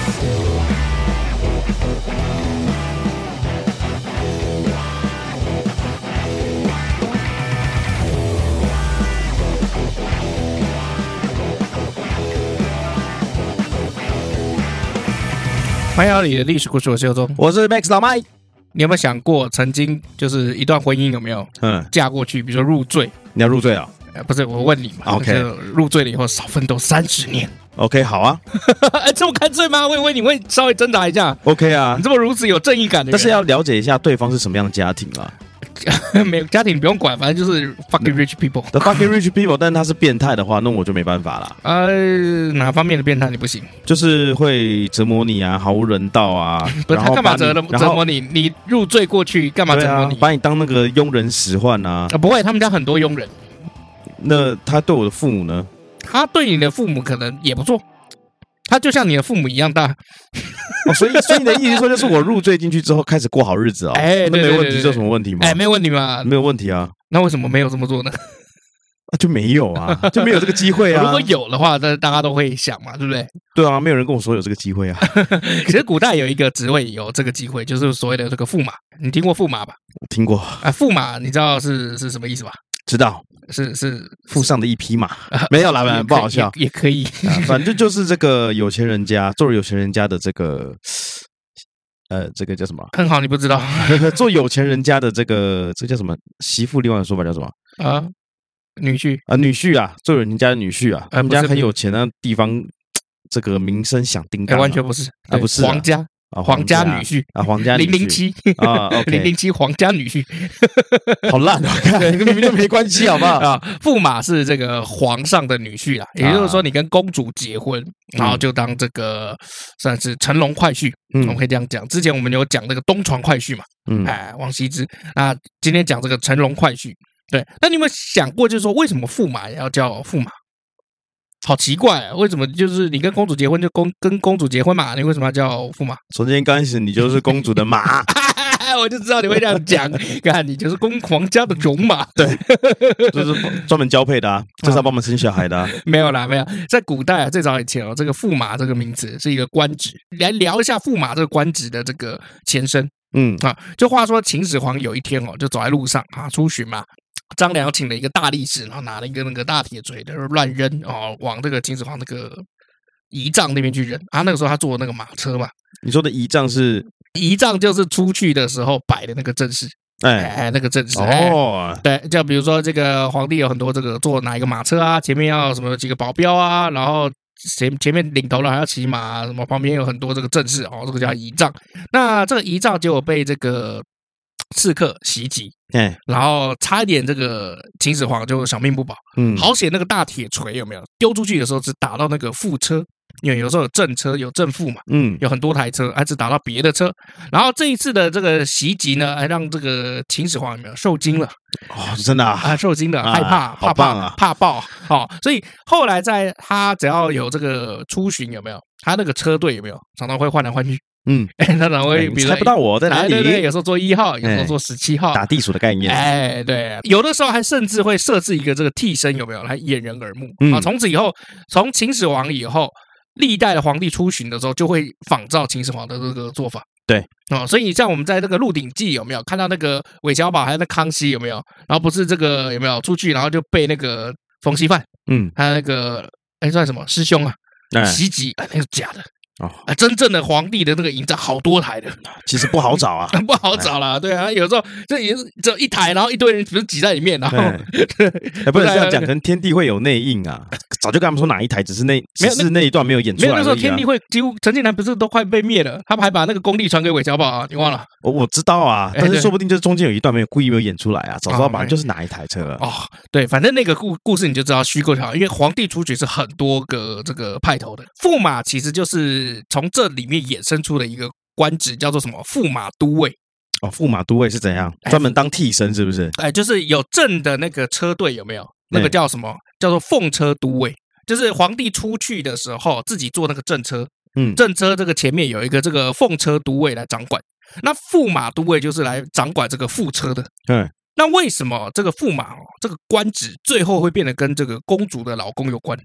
欢迎来到你的历史故事，我是尤忠， 我是 Max 老麦。 你有没有想过，曾经就是一段婚姻有没有嫁过去，比如说入赘？ 你要入赘啊？ 不是，我问你嘛。 OK， 入赘了以后少奋斗30年。 OK， 好啊。 这么干脆吗？我以为你会稍微挣扎一下。 OK 啊， 你这么如此有正义感的人， 但是要了解一下对方是什么样的家庭啊。 没有家庭不用管，反正就是 fucking rich people。The fucking rich people， 但他是变态的话，那我就没办法了。 哪方面的变态你不行？ 就是会折磨你啊，毫无人道啊。 不是他干嘛折磨你？你入赘过去干嘛折磨你？ 把你当那个佣人使唤啊？ 不会，他们家很多佣人。 那他对我的父母呢？ 他对你的父母可能也不错。他就像你的父母一样大。 所以你的意思说，就是我入赘进去之后开始过好日子哦？那没问题，这有什么问题吗？ 没有问题嘛， 没有问题啊。 那为什么没有这么做呢？ 就没有啊，就没有这个机会啊。 如果有的话，大家都会想嘛，对不对？ 对啊，没有人跟我说有这个机会啊。 可是古代有一个职位有这个机会，就是所谓的这个驸马。你听过驸马吧？ 听过啊。驸马你知道是什么意思吧？ 知道， 是附上的一匹马。没有啦，不好笑， 也可以。 反正就是这个有钱人家，做有钱人家的这个。这个叫什么？ 很好，你不知道。 做有钱人家的这叫什么？媳妇，另外的说法叫什么？ 女婿啊，女婿啊，做人家的女婿啊，他们家很有钱的地方，这个名声响叮当。 完全不是啊，不是皇家啊，皇家女婿啊，皇家 007 啊 ，007皇家女婿， 好烂啊！跟明明就没关系，好不好啊？驸马是这个皇上的女婿啊，也就是说，你跟公主结婚，然后就当这个算是乘龙快婿，我们可以这样讲。之前我们有讲那个东床快婿嘛，王羲之。那今天讲这个乘龙快婿。对，那你有没有想过，就是说为什么驸马也要叫驸马？好奇怪啊！为什么就是你跟公主结婚就跟公主结婚嘛？你为什么要叫驸马？ 从今天开始，你就是公主的马。 我就知道你会这样讲，看你就是皇家的种马。 对，就是专门交配的啊，就是要帮我们生小孩的啊。 没有啦，没有。在古代啊，最早以前哦，这个驸马这个名字是一个官职。来聊一下驸马这个官职的这个前身。就话说秦始皇有一天哦，就走在路上啊，出巡嘛。张良请了一个大力士，然后拿了一个那个大铁锤，乱扔哦，往这个秦始皇那个仪仗那边去扔啊。那个时候他坐那个马车嘛。 你说的仪仗是仪仗，就是出去的时候摆的那个阵势。那个阵势哦，对，就比如说这个皇帝有很多这个坐哪一个马车啊，前面要什么几个保镖啊，然后前面领头了还要骑马，什么旁边有很多这个阵势哦，这个叫仪仗。那这个仪仗结果被这个刺客袭击，然后差一点这个秦始皇就小命不保。好险那个大铁锤有没有丢出去的时候只打到那个副车，因为有时候有正车有正副嘛，有很多台车，还只打到别的车。然后这一次的这个袭击呢，还让这个秦始皇有没有受惊了？ 哦，真的啊， 受惊了，害怕，怕爆。所以后来在他只要有这个出巡有没有，他那个车队有没有常常会换来换去。他常会比如猜不到我在哪里， 对，有时候坐1号，有时候坐17号， 打地鼠的概念。 对，有的时候还甚至会设置一个这个替身有没有来掩人耳目啊？从此以后，从秦始皇以后，历代的皇帝出巡的时候就会仿照秦始皇的这个做法。 对所以像我们在这个《鹿鼎记》有没有看到那个韦小宝还有那康熙有没有？然后不是这个有没有出去，然后就被那个冯锡范，还有那个算什么师兄啊袭击，那是假的。真正的皇帝的那个营帐好多台的， 其实不好找啊， 不好找啦。对啊，有时候这也是只有一台，然后一堆人只是挤在里面，然后不能这样讲，可能天地会有内应啊。早就跟他们说哪一台，只是那一段没有演出来。 没有那时候天地会几乎陈近南不是都快被灭了，他们还把那个功力传给韦小宝啊，你忘了？ 我知道啊，但是说不定就是中间有一段故意没有演出来啊，早知道就是哪一台车了。 对，反正那个故事你就知道虚构条，因为皇帝出巡是很多个这个派头的，驸马其实就是从这里面衍生出的一个官职，叫做什么驸马都尉。 驸马都尉是怎样？专门当替身是不是？ 就是有正的那个车队有没有？那个叫什么？叫做奉车都尉，就是皇帝出去的时候自己坐那个正车，正车这个前面有一个这个奉车都尉来掌管。那驸马都尉就是来掌管这个副车的。那为什么这个驸马这个官职最后会变得跟这个公主的老公有关？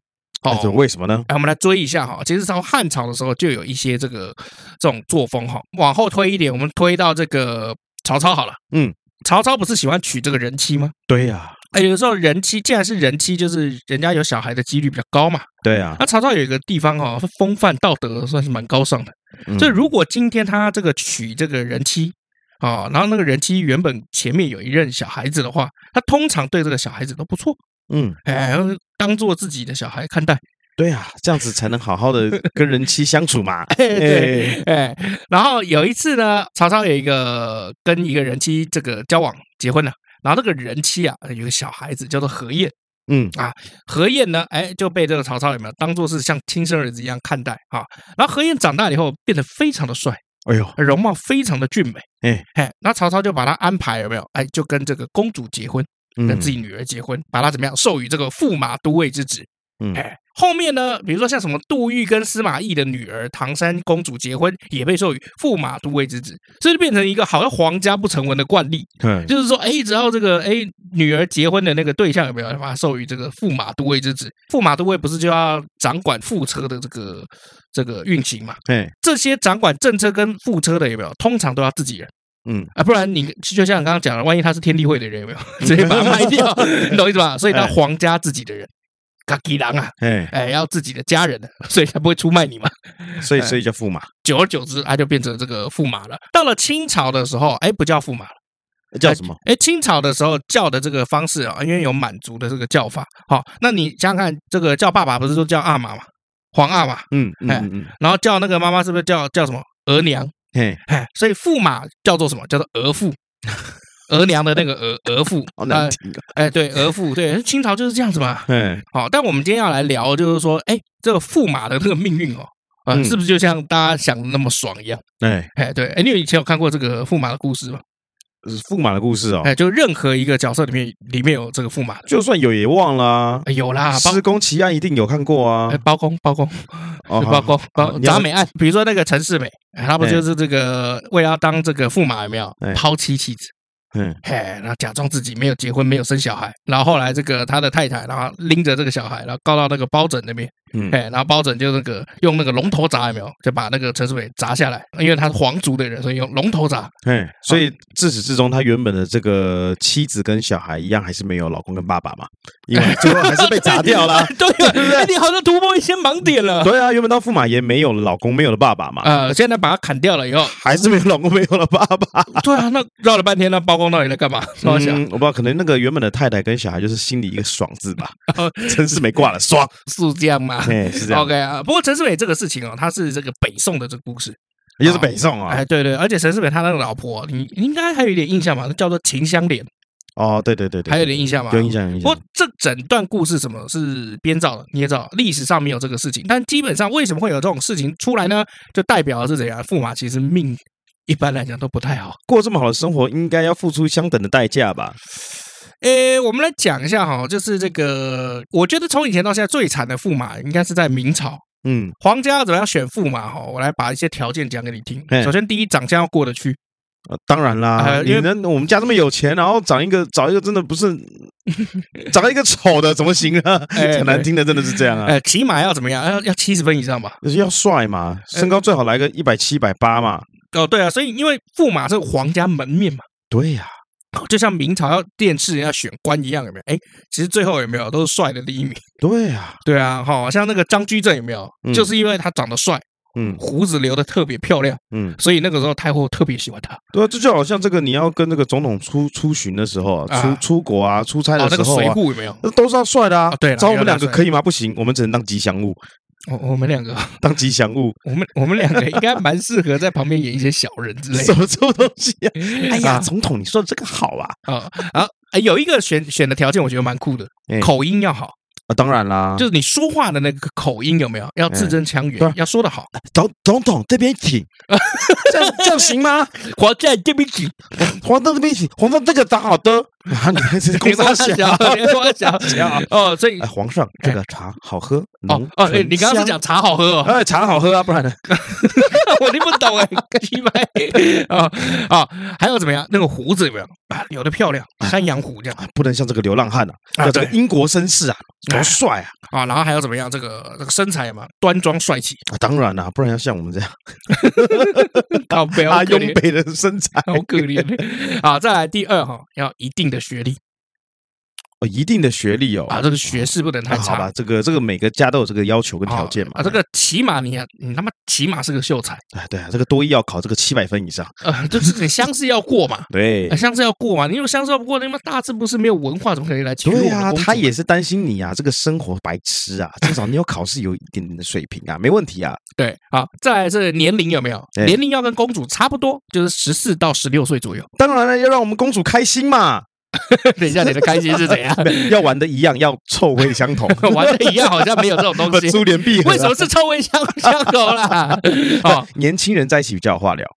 这为什么呢？ 我们来追一下哈。其实到汉朝的时候就有一些这种作风哈。往后推一点，我们推到这个曹操好了。曹操不是喜欢娶这个人妻吗？ 对呀。 有时候人妻既然是人妻，就是人家有小孩的几率比较高嘛。 对啊。 那曹操有一个地方风范道德算是蛮高尚的。所以如果今天他这个娶这个人妻然后那个人妻原本前面有一任小孩子的话，他通常对这个小孩子都不错。当做自己的小孩看待。 对啊，这样子才能好好的跟人妻相处嘛。 对，然后有一次呢，曹操有跟一个人妻这个交往结婚了，然后那个人妻啊有个小孩子叫做何晏。何晏呢，就被这个曹操有没有当做是像亲生儿子一样看待啊？然后何晏长大以后变得非常的帅，容貌非常的俊美。那曹操就把他安排有没有？就跟这个公主结婚。跟自己女儿结婚，把他怎么样授予这个驸马都尉之职。后面呢，比如说像什么杜预跟司马懿的女儿唐山公主结婚，也被授予驸马都尉之职，这就变成一个好像皇家不成文的惯例。就是说，只要这个女儿结婚的那个对象有没有把他授予这个驸马都尉之职？驸马都尉不是就要掌管副车的这个运行嘛？这些掌管正车跟副车的有没有？通常都要自己人。不然你就像你刚刚讲的，万一他是天地会的人有没有直接把他卖掉？你懂意思吧？所以他皇家自己的人，嘎吉郎啊，要自己的家人，所以才不会出卖你嘛。 所以叫驸马。久而久之，他就变成这个驸马了。到了清朝的时候，不叫驸马了， 叫什么？ 清朝的时候叫的这个方式因为有满族的这个叫法。那你想想看，这个叫爸爸不是都叫阿玛嘛，皇阿玛。然后叫那个妈妈是不是叫什么额娘？所以驸马叫做什么？叫做额驸，额娘的那个额驸， 好难听对，额驸，对，清朝就是这样子嘛。好，但我们今天要来聊，就是说，这个驸马的这个命运是不是就像大家想的那么爽一样？对，你以前有看过这个驸马的故事吗？ 驸马的故事就任何一个角色里面有这个驸马， 就算有也忘了啊。 有啦， 施公奇案一定有看过啊。 包公铡美案，比如说那个陈世美，他不就是这个为了要当这个驸马有没有抛妻妻子？然后假装自己没有结婚，没有生小孩，然后后来这个他的太太，然后拎着这个小孩，然后告到那个包拯那边，然后包拯就用那个龙头铡有没有，就把那个陈世美铡下来，因为他是皇族的人，所以用龙头铡。 所以自始至终，他原本的这个妻子跟小孩一样，还是没有老公跟爸爸嘛，因为最后还是被铡掉了。 对，你好像突破一些盲点了。 对啊，原本到驸马也没有了老公，没有了爸爸嘛。 现在把他砍掉了以后， 还是没有老公，没有了爸爸。 对啊，那绕了半天，那包公到底在干嘛？ 我不知道，可能那个原本的太太跟小孩就是心里一个爽字吧。陈世美挂了，爽， 是这样吗？ 是这样。 OK 啊，不过陈世美这个事情它是这个北宋的这个故事， 也是北宋啊。 对，而且陈世美他那个老婆，你应该还有一点印象吧？叫做秦香莲。 对， 还有点印象吗？ 有印象。 不过这整段故事什么是编造的，你也知道，历史上没有这个事情。但基本上为什么会有这种事情出来呢？就代表的是怎样？驸马其实命一般来讲都不太好， 过这么好的生活，应该要付出相等的代价吧？ 我们来讲一下就是这个，我觉得从以前到现在最惨的驸马，应该是在明朝。皇家要怎么样选驸马我来把一些条件讲给你听。首先，第一，长相要过得去。 当然啦，因为我们家这么有钱，然后找一个真的不是找一个丑的怎么行啊？很难听的，真的是这样啊。 起码要怎么样？要70分以上吧？ 要帅嘛，身高最好来个170、180嘛。 对啊，所以因为驸马是皇家门面嘛。 对呀， 就像明朝要殿试要选官一样，有没有？其实最后有没有都是帅的第一名。对啊，像那个张居正有没有？就是因为他长得帅。胡子留的特别漂亮，所以那个时候太后特别喜欢他。 对啊，这就好像这个你要跟那个总统出巡的时候出国啊，出差的时候那个随扈有没有？ 都是要帅的啊。 对， 找我们两个可以吗？不行，我们只能当吉祥物。 我们两个当吉祥物， 我们两个应该蛮适合在旁边演一些小人之类的。 什么东西啊？哎呀，总统，你说的这个好啊。 有一个选的条件，我觉得蛮酷的，口音要好。 当然啦， 就是你说话的那个口音有没有要字正腔圆，要说得好。 总统这边请，这样行吗？ 皇上这边请， 皇上这边请，皇上这个长好的， 你是公差小， 哦，所以皇上这个茶好喝你刚刚是讲茶好喝哦，茶好喝啊，不然呢？ 我听不懂还有怎么样？那个胡子有没有留的漂亮，山羊胡这样， 不能像这个流浪汉要这个英国绅士多帅然后还有怎么样？这个身材嘛，端庄帅气当然啦，不然要像我们这样， 阿雍北的身材， 好可怜再来第二要一定的学历。 一定的学历这个学识不能太差。 好吧，这个每个家都有这个要求跟条件嘛。 这个起码你他妈起码是个秀才。 对啊，这个多益要考这个700分以上。 就是你乡试要过嘛。 对， 乡试要过嘛。你如果乡试要不过，你妈大字不是没有文化，怎么可能来欺负我们公主？ 对啊，他也是担心你这个生活白痴至少你有考试有一点点的水平没问题对，好，再来是年龄有没有？年龄要跟公主差不多，就是14到16岁左右。 当然了，要让我们公主开心嘛。 等一下，你的开心是怎样？ 要玩的一样，要臭味相同。 玩的一样，好像没有这种东西。 珠联璧合， 为什么是臭味相同啦？ 年轻人在一起比较有话聊。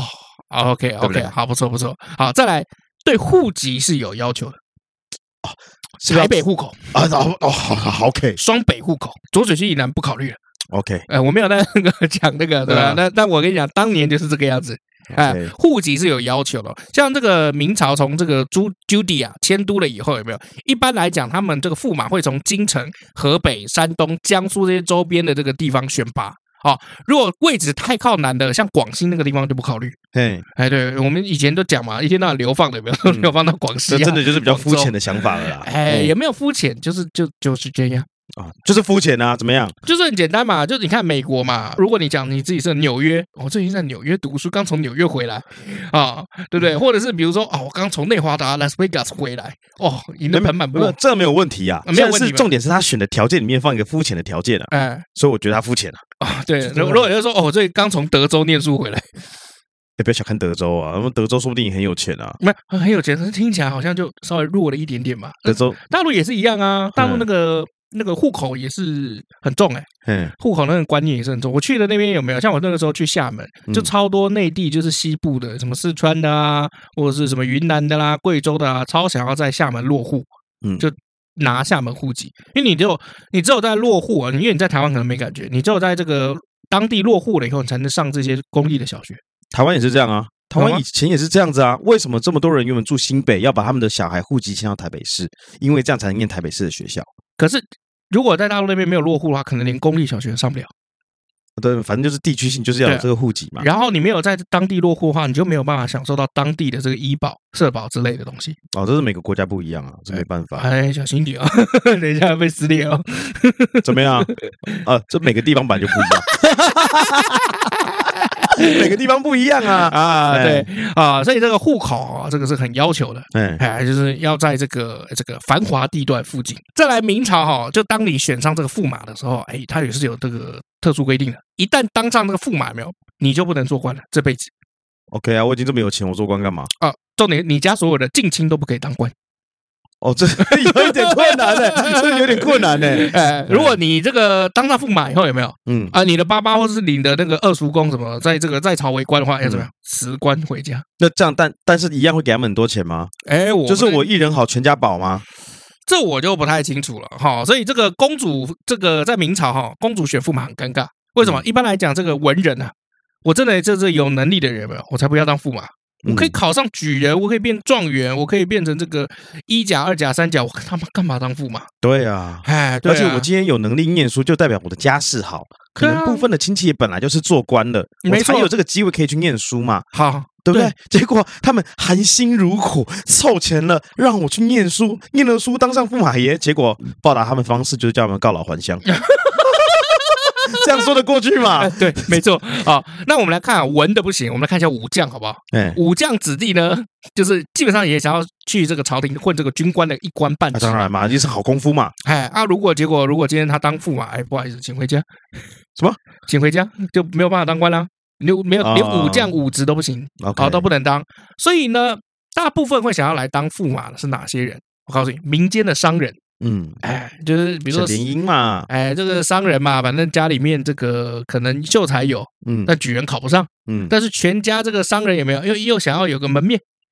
OK， 好，不错。好，再来，对户籍是有要求的。台北户口好 OK， 双北户口，浊水溪以南不考虑了。 OK， 我没有在那个讲那个，对吧？那我跟你讲，当年就是这个样子。户籍是有要求的，像这个明朝从这个朱棣迁都了以后，有没有？一般来讲，他们这个驸马会从京城、河北、山东、江苏这些周边的这个地方选拔。如果位置太靠南的，像广西那个地方就不考虑。对，我们以前都讲嘛，一天到晚流放的，有没有？流放到广西， 这真的就是比较肤浅的想法了啦。 也没有肤浅，就是这样。 就是肤浅怎么样？ 就是很简单嘛，就是你看美国嘛，如果你讲你自己是纽约，我最近在纽约读书，刚从纽约回来对不对？或者是比如说我刚从内华达 Las Vegas 回来，赢得盆满钵满， 这没有问题没有问题。 重点是他选的条件里面放一个肤浅的条件所以我觉得他肤浅对，如果就说我最近刚从德州念书回来。 不要小看德州德州说不定也很有钱没有很有钱，可是听起来好像就稍微弱了一点点嘛。 德州大陆也是一样大陆那个户口也是很重户口那个观念也是很重。我去的那边有没有？像我那个时候去厦门，就超多内地就是西部的，什么四川的或者是什么云南的啦、贵州的超想要在厦门落户，就拿厦门户籍，因为你只有在落户因为你在台湾可能没感觉，你只有在这个当地落户了以后，你才能上这些公立的小学。 台湾也是这样台湾以前也是这样子为什么这么多人原本住新北，要把他们的小孩户籍迁到台北市？因为这样才能念台北市的学校。 可是如果在大陆那边没有落户的话，可能连公立小学上不了。 对，反正就是地区性，就是要有这个户籍嘛。 然后你没有在当地落户的话，你就没有办法享受到当地的这个医保、社保之类的东西。 这是每个国家不一样这没办法。 小心点等一下被撕裂怎么样这每个地方本来就不一样。每个地方不一样对所以这个户口这个是很要求的，就是要在这个繁华地段附近。再来明朝就当你选上这个驸马的时候，它也是有这个特殊规定的，一旦当上这个驸马没有，你就不能做官了，这辈子。 OK 我已经这么有钱，我做官干嘛？ 重点你家所有的近亲都不可以当官。 这有一点困难这有点困难如果你这个当上驸马以后有没有？你的爸爸或是你的那个二叔公什么，在这个在朝为官的话，要怎么样？辞官回家。 那这样，但是一样会给他们很多钱吗？就是我一人好全家饱吗？ 这我就不太清楚了所以这个公主，这个在明朝公主选驸马很尴尬。为什么？一般来讲，这个文人我真的就是有能力的人我才不要当驸马。我可以考上举人，我可以变状元，我可以变成这个1甲、2甲、3甲，我他妈干嘛当驸马？ 对而且我今天有能力念书，就代表我的家世好。可能部分的亲戚也本来就是做官的，我才有这个机会可以去念书嘛。 好， 对不对？结果他们含辛茹苦凑钱了，让我去念书，念了书当上驸马爷，结果报答他们方式就是叫他们告老还乡。这样说得过去吗？ 对，没错那我们来看文的不行，我们来看一下武将好不好？武将子弟呢，就是基本上也想要去这个朝廷混这个军官的一官半职。 当然嘛，就是好功夫嘛。 如果今天他当驸马，不好意思，请回家。 什么？ 请回家就没有办法当官啦。你没有连武将武职都不行都不能当。所以呢，大部分会想要来当驸马的是哪些人？我告诉你，民间的商人。就是比如说联姻嘛， 这个商人嘛，反正家里面这个可能秀才有，但举人考不上，但是全家这个商人有没有又想要有个门面，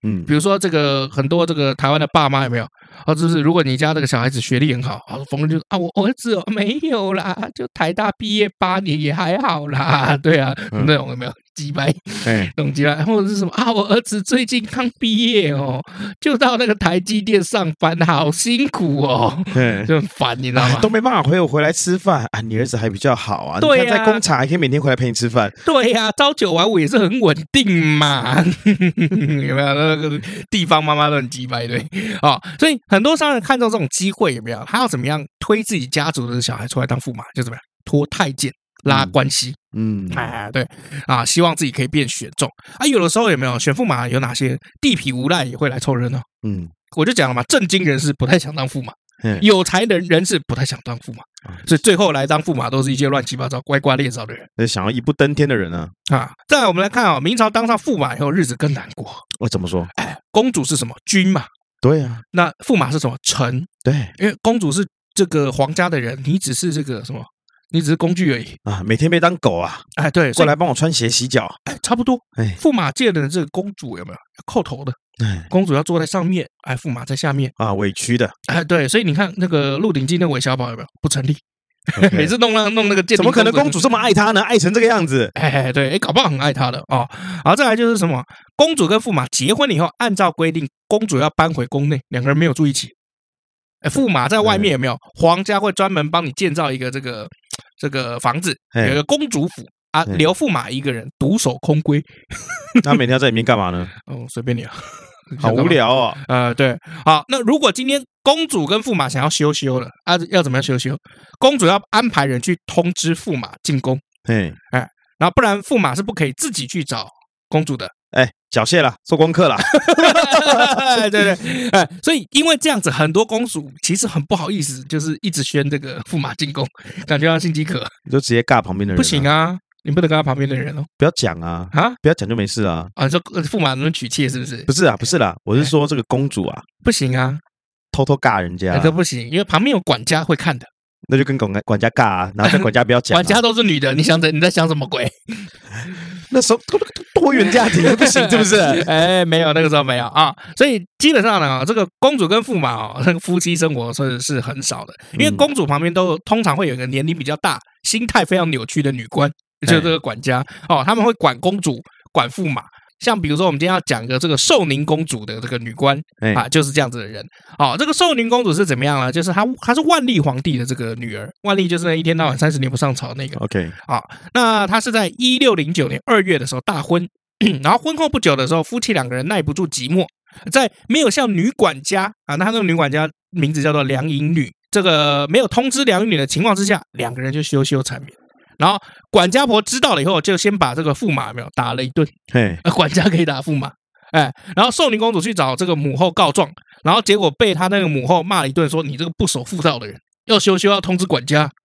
比如说这个很多这个台湾的爸妈有没有？就是如果你家这个小孩子学历很好，逢人就我儿子没有啦，就台大毕业8年也还好啦，对啊，那种有没有鸡掰？那种鸡掰，或者是什么我儿子最近刚毕业就到那个台积电上班，好辛苦就很烦，你知道吗？ 都没办法回来吃饭你儿子还比较好啊，对啊，你看在工厂还可以每天回来陪你吃饭， 对啊，朝9晚5也是很稳定嘛，有没有？那个地方妈妈都很鸡掰，对所以很多商人看到这种机会有没有？他要怎么样推自己家族的小孩出来当驸马，就怎么样托太监拉关系，对希望自己可以变选中有的时候有没有选驸马有哪些地痞无赖也会来凑热闹？我就讲了嘛，正经人士不太想当驸马，有才的人士不太想当驸马，所以最后来当驸马都是一些乱七八糟、乖乖猎枣的人， 想要一步登天的人啊！ 再来我们来看明朝当上驸马以后，日子更难过。 怎么说？ 公主是什么？君嘛。对啊，那驸马是什么？臣。对，因为公主是这个皇家的人，你只是这个什么？你只是工具而已每天被当狗对，过来帮我穿鞋洗脚差不多。驸马界的这个公主有没有要叩头的？公主要坐在上面，驸马在下面委屈的对，所以你看那个《鹿鼎记》那韦小宝有没有不成立？每次弄那个剑， 怎么可能公主这么爱他呢？爱成这个样子？ 对，搞不好很爱他的然后再来就是什么？公主跟驸马结婚以后，按照规定，公主要搬回宫内，两个人没有住一起。驸马在外面有没有？皇家会专门帮你建造一个这个房子，有一个公主府留驸马一个人独守空闺。 那每天在里面干嘛呢？ 随便你好无聊对，好，那如果今天公主跟驸马想要休了要怎么样休？公主要安排人去通知驸马进宫，然后不然驸马是不可以自己去找公主的。 缴械了，做功课了。 对，所以因为这样子，很多公主其实很不好意思，就是一直宣这个驸马进宫，感觉要心饥渴， 你就直接尬旁边的人。 不行啊，你不能尬旁边的人不要讲不要讲就没事你说驸马能娶妾是不是？ 不是啦，我是说这个公主不行啊， 偷偷尬人家这不行，因为旁边有管家会看的。 那就跟管家尬然后叫管家不要讲管家都是女的，你在想什么鬼？ 那时候多元家庭不行是不是？ 没有，那个时候没有所以基本上呢，这个公主跟驸马那个夫妻生活是很少的，因为公主旁边都通常会有一个年龄比较大、心态非常扭曲的女官，就是这个管家他们会管公主、管驸马。像比如说我们今天要讲一个这个寿宁公主的这个女官就是这样子的人这个寿宁公主是怎么样呢？就是她是万历皇帝的这个女儿，万历就是那一天到晚30年不上朝那个。 OK 那她是在1609年2月的时候大婚，然后婚后不久的时候，夫妻两个人耐不住寂寞，在没有像女管家那她那个女管家名字叫做梁银女，这个没有通知梁银女的情况之下，两个人就羞缠绵。然后管家婆知道了以后，就先把这个驸马没有打了一顿。管家可以打驸马，然后寿宁公主去找这个母后告状，然后结果被她那个母后骂了一顿，说你这个不守妇道的人，要羞要通知管家。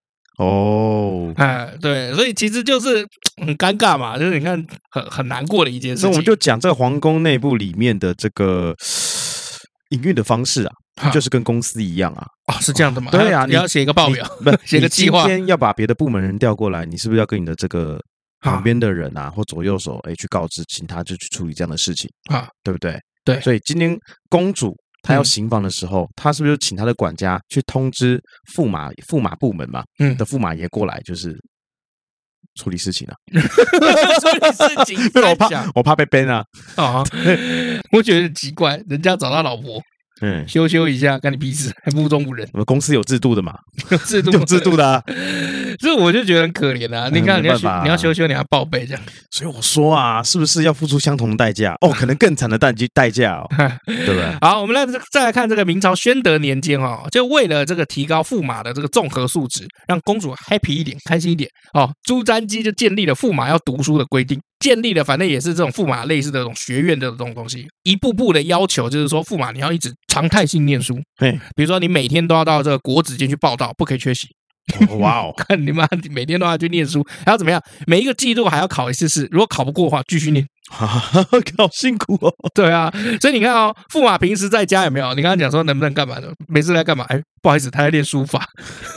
对，所以其实就是很尴尬嘛，就是你看很难过的一件事情。 那我们就讲这个皇宫内部里面的这个营运的方式就是跟公司一样是这样的吗？ 对啊， 你要写一个报表，写个计划。 今天要把别的部门人调过来，你是不是要跟你的这个旁边的人或左右手去告知，请他就去处理这样的事情对不对？ 对， 所以今天公主她要行房的时候，她是不是就请她的管家去通知驸马部门嘛？的驸马爷过来，就是处理事情处理事情， 我怕被 ban 我觉得奇怪，人家找他老婆。羞一下，干你屁事，还目中无人。 我们公司有制度的嘛， 有制度的这我就觉得很可怜你看，你要羞，你要报备这样。 所以我说是不是要付出相同的代价？可能更惨的代价对不对？ 好，我们再来看这个明朝宣德年间就为了这个提高驸马的这个综合素质，让公主 happy 一点，开心一点朱瞻基就建立了驸马要读书的规定。建立了反正也是这种驸马类似的这种学院的这种东西，一步步的要求就是说驸马你要一直常态性念书，比如说你每天都要到这个国子监去报到，不可以缺席。看你妈每天都要去念书，还要怎么样？每一个季度还要考一次试，如果考不过的话，继续念。 好辛苦对啊，所以你看驸马平时在家有没有？你刚刚讲说能不能干嘛的？每次来干嘛？不好意思，他在练书法。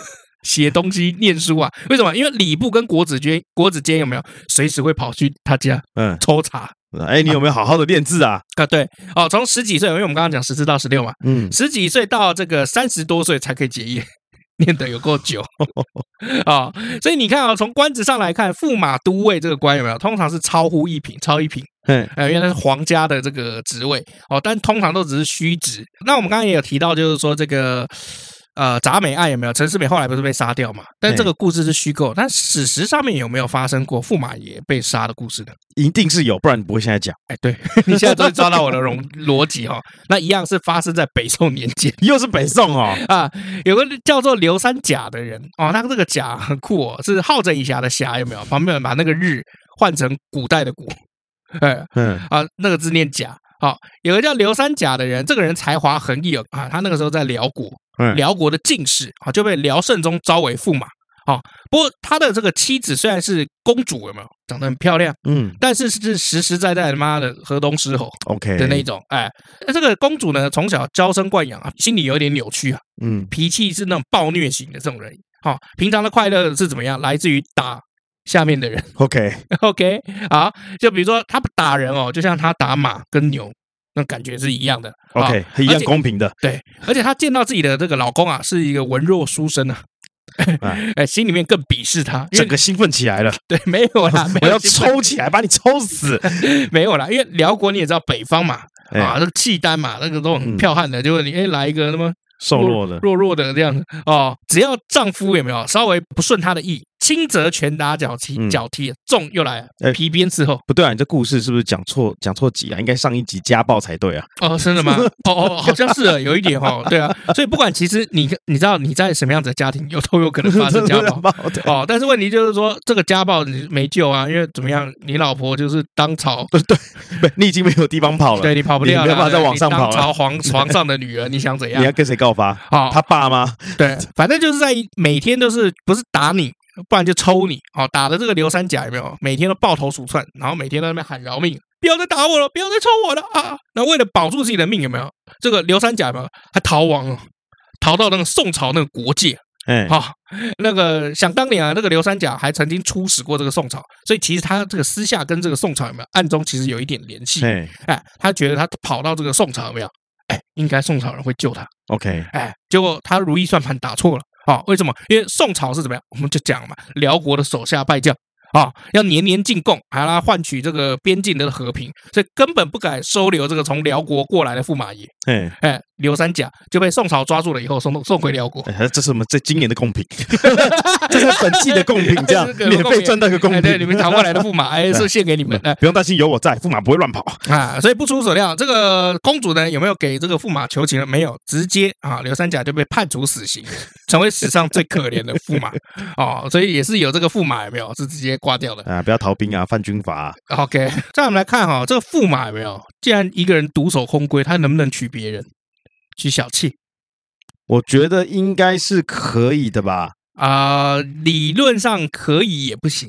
写东西、念书啊。为什么？因为礼部跟国子监有没有随时会跑去他家抽查？ 你有没有好好的练字啊？ 对哦，从10几岁，因为我们刚刚讲14到16嘛，10几岁到这个30多岁才可以结业，念得有够久啊！所以你看啊，从官职上来看，驸马都尉这个官有没有？通常是超一品，因为它是皇家的这个职位哦，但通常都只是虚职。那我们刚刚也有提到，就是说这个。铡美案有没有？陈世美后来不是被杀掉嘛？但这个故事是虚构，但史实上面有没有发生过驸马爷被杀的故事呢？ 一定是有，不然你不会现在讲。 对你现在终于抓到我的逻辑哈。那一样是发生在北宋年间， 又是北宋哦有个叫做刘三甲的人哦，他这个甲很酷哦，是好整以暇的暇有没有？旁边把那个日换成古代的古，那个字念甲。有个叫刘三甲的人，这个人才华横溢他那个时候在辽国。辽国的进士就被辽圣宗招为驸马不过他的这个妻子虽然是公主，有没有长得很漂亮？但是是实实在在的妈的河东狮吼 OK 的那种。那这个公主呢，从小娇生惯养心里有点扭曲脾气是那种暴虐型的这种人。平常的快乐是怎么样？来自于打下面的人。OK 好，就比如说他打人就像他打马跟牛。那感觉是一样的 ，OK， 一样公平的。 对，而且她见到自己的这个老公是一个文弱书生心里面更鄙视他， 整个兴奋起来了。 对，没有啦， 我要抽起来把你抽死。 没有啦，因为辽国你也知道北方嘛，那个契丹嘛，那个都很剽悍的，结果你来一个那么瘦弱的、 弱的这样子只要丈夫有没有稍微不顺他的意，轻则拳打脚踢，重又来皮鞭伺候。 不对啊，你这故事是不是讲错集啊？应该上一集家暴才对啊。 真的吗？好像是有一点对啊。所以不管其实你知道你在什么样子的家庭都有可能发生家暴但是问题就是说这个家暴你没救啊，因为怎么样，你老婆就是当朝对，你已经没有地方跑了， 对你跑不掉了， 你没办法再往上跑了。 当朝皇上的女儿，你想怎样？ 你要跟谁告发？他爸吗？ 对，反正就是在每天都是不是打你，不然就抽你。打的这个刘三甲有没有？每天都抱头鼠窜，然后每天都在那边喊饶命，不要再打我了，不要再抽我了那为了保住自己的命，有没有？这个刘三甲有没有？还逃亡逃到那个宋朝那个国界。那个想当年那个刘三甲还曾经出使过这个宋朝，所以其实他这个私下跟这个宋朝有没有暗中其实有一点联系？他觉得他跑到这个宋朝有没有？应该宋朝人会救他。 OK， 结果他如意算盘打错了为什么？因为宋朝是怎么样？我们就讲嘛，辽国的手下败将要年年进贡，还要换取这个边境的和平，所以根本不敢收留这个从辽国过来的驸马爷。刘三甲就被宋朝抓住了以后送回辽国。 这是我们这今年的贡品，这是本季的贡品，这样免费赚到个贡品。 对，你们逃过来的驸马，是献给你们。 不用担心，有我在，驸马不会乱跑所以不出所料，这个公主呢有没有给这个驸马求情呢？没有，直接刘三甲就被判处死刑，成为史上最可怜的驸马所以也是有这个驸马有没有是直接挂掉的不要逃兵犯军阀 OK， 再我们来看这个驸马有没有？既然一个人独守空闺，他能不能娶别人？娶小妾？ 我觉得应该是可以的吧。 理论上可以，也不行。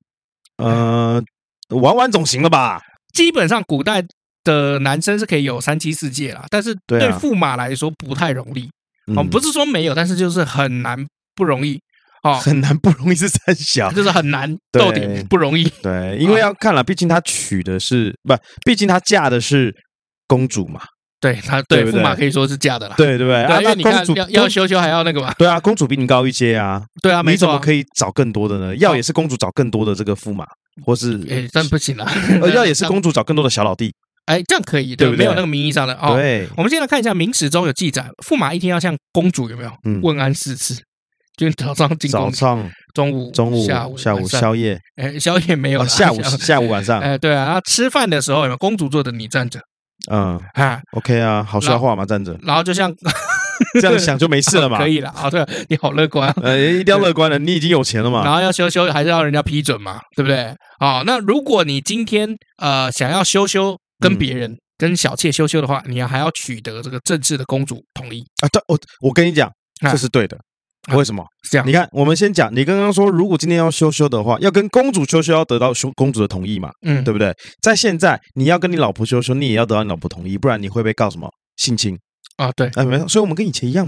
玩总行了吧？ 基本上古代的男生是可以有3妻4妾啦，但是对驸马来说不太容易。不是说没有，但是就是很难不容易。 很难不容易是三小， 就是很难到底不容易。 对，因为要看了，毕竟他娶的是毕竟他嫁的是公主嘛。 对，他对驸马可以说是嫁的啦。 对不对？ 因为你看要修还要那个嘛。 对啊，公主比你高一阶啊。 对啊，没错。 你怎么可以找更多的呢？要也是公主找更多的这个驸马，或是真不行啦。 要也是公主找更多的小老弟。 这样可以，对不对？没有那个名义上的对， 我们现在看一下明史中有记载，驸马一天要向公主有没有问安4次？就早上进宫， 早上、 中午、下午、 宵夜。 宵夜没有了， 下午、晚上。 对啊，吃饭的时候有没有公主坐着，你站着。 OK 啊，好说话嘛，站着。 然后就像这样想就没事了嘛。 可以了对，你好乐观。 一定要乐观的，你已经有钱了嘛。 然后要修还是要人家批准嘛，对不对？那如果你今天想要修跟别人跟小妾修的话，你还要取得这个正式的公主同意对，我跟你讲，这是对的。为什么？ 这样， 你看，我们先讲，你刚刚说，如果今天要修的话，要跟公主修，要得到公主的同意嘛，对不对？在现在，你要跟你老婆修，你也要得到你老婆同意，不然你会被告什么性侵对， 没错，所以我们跟以前一样嘛，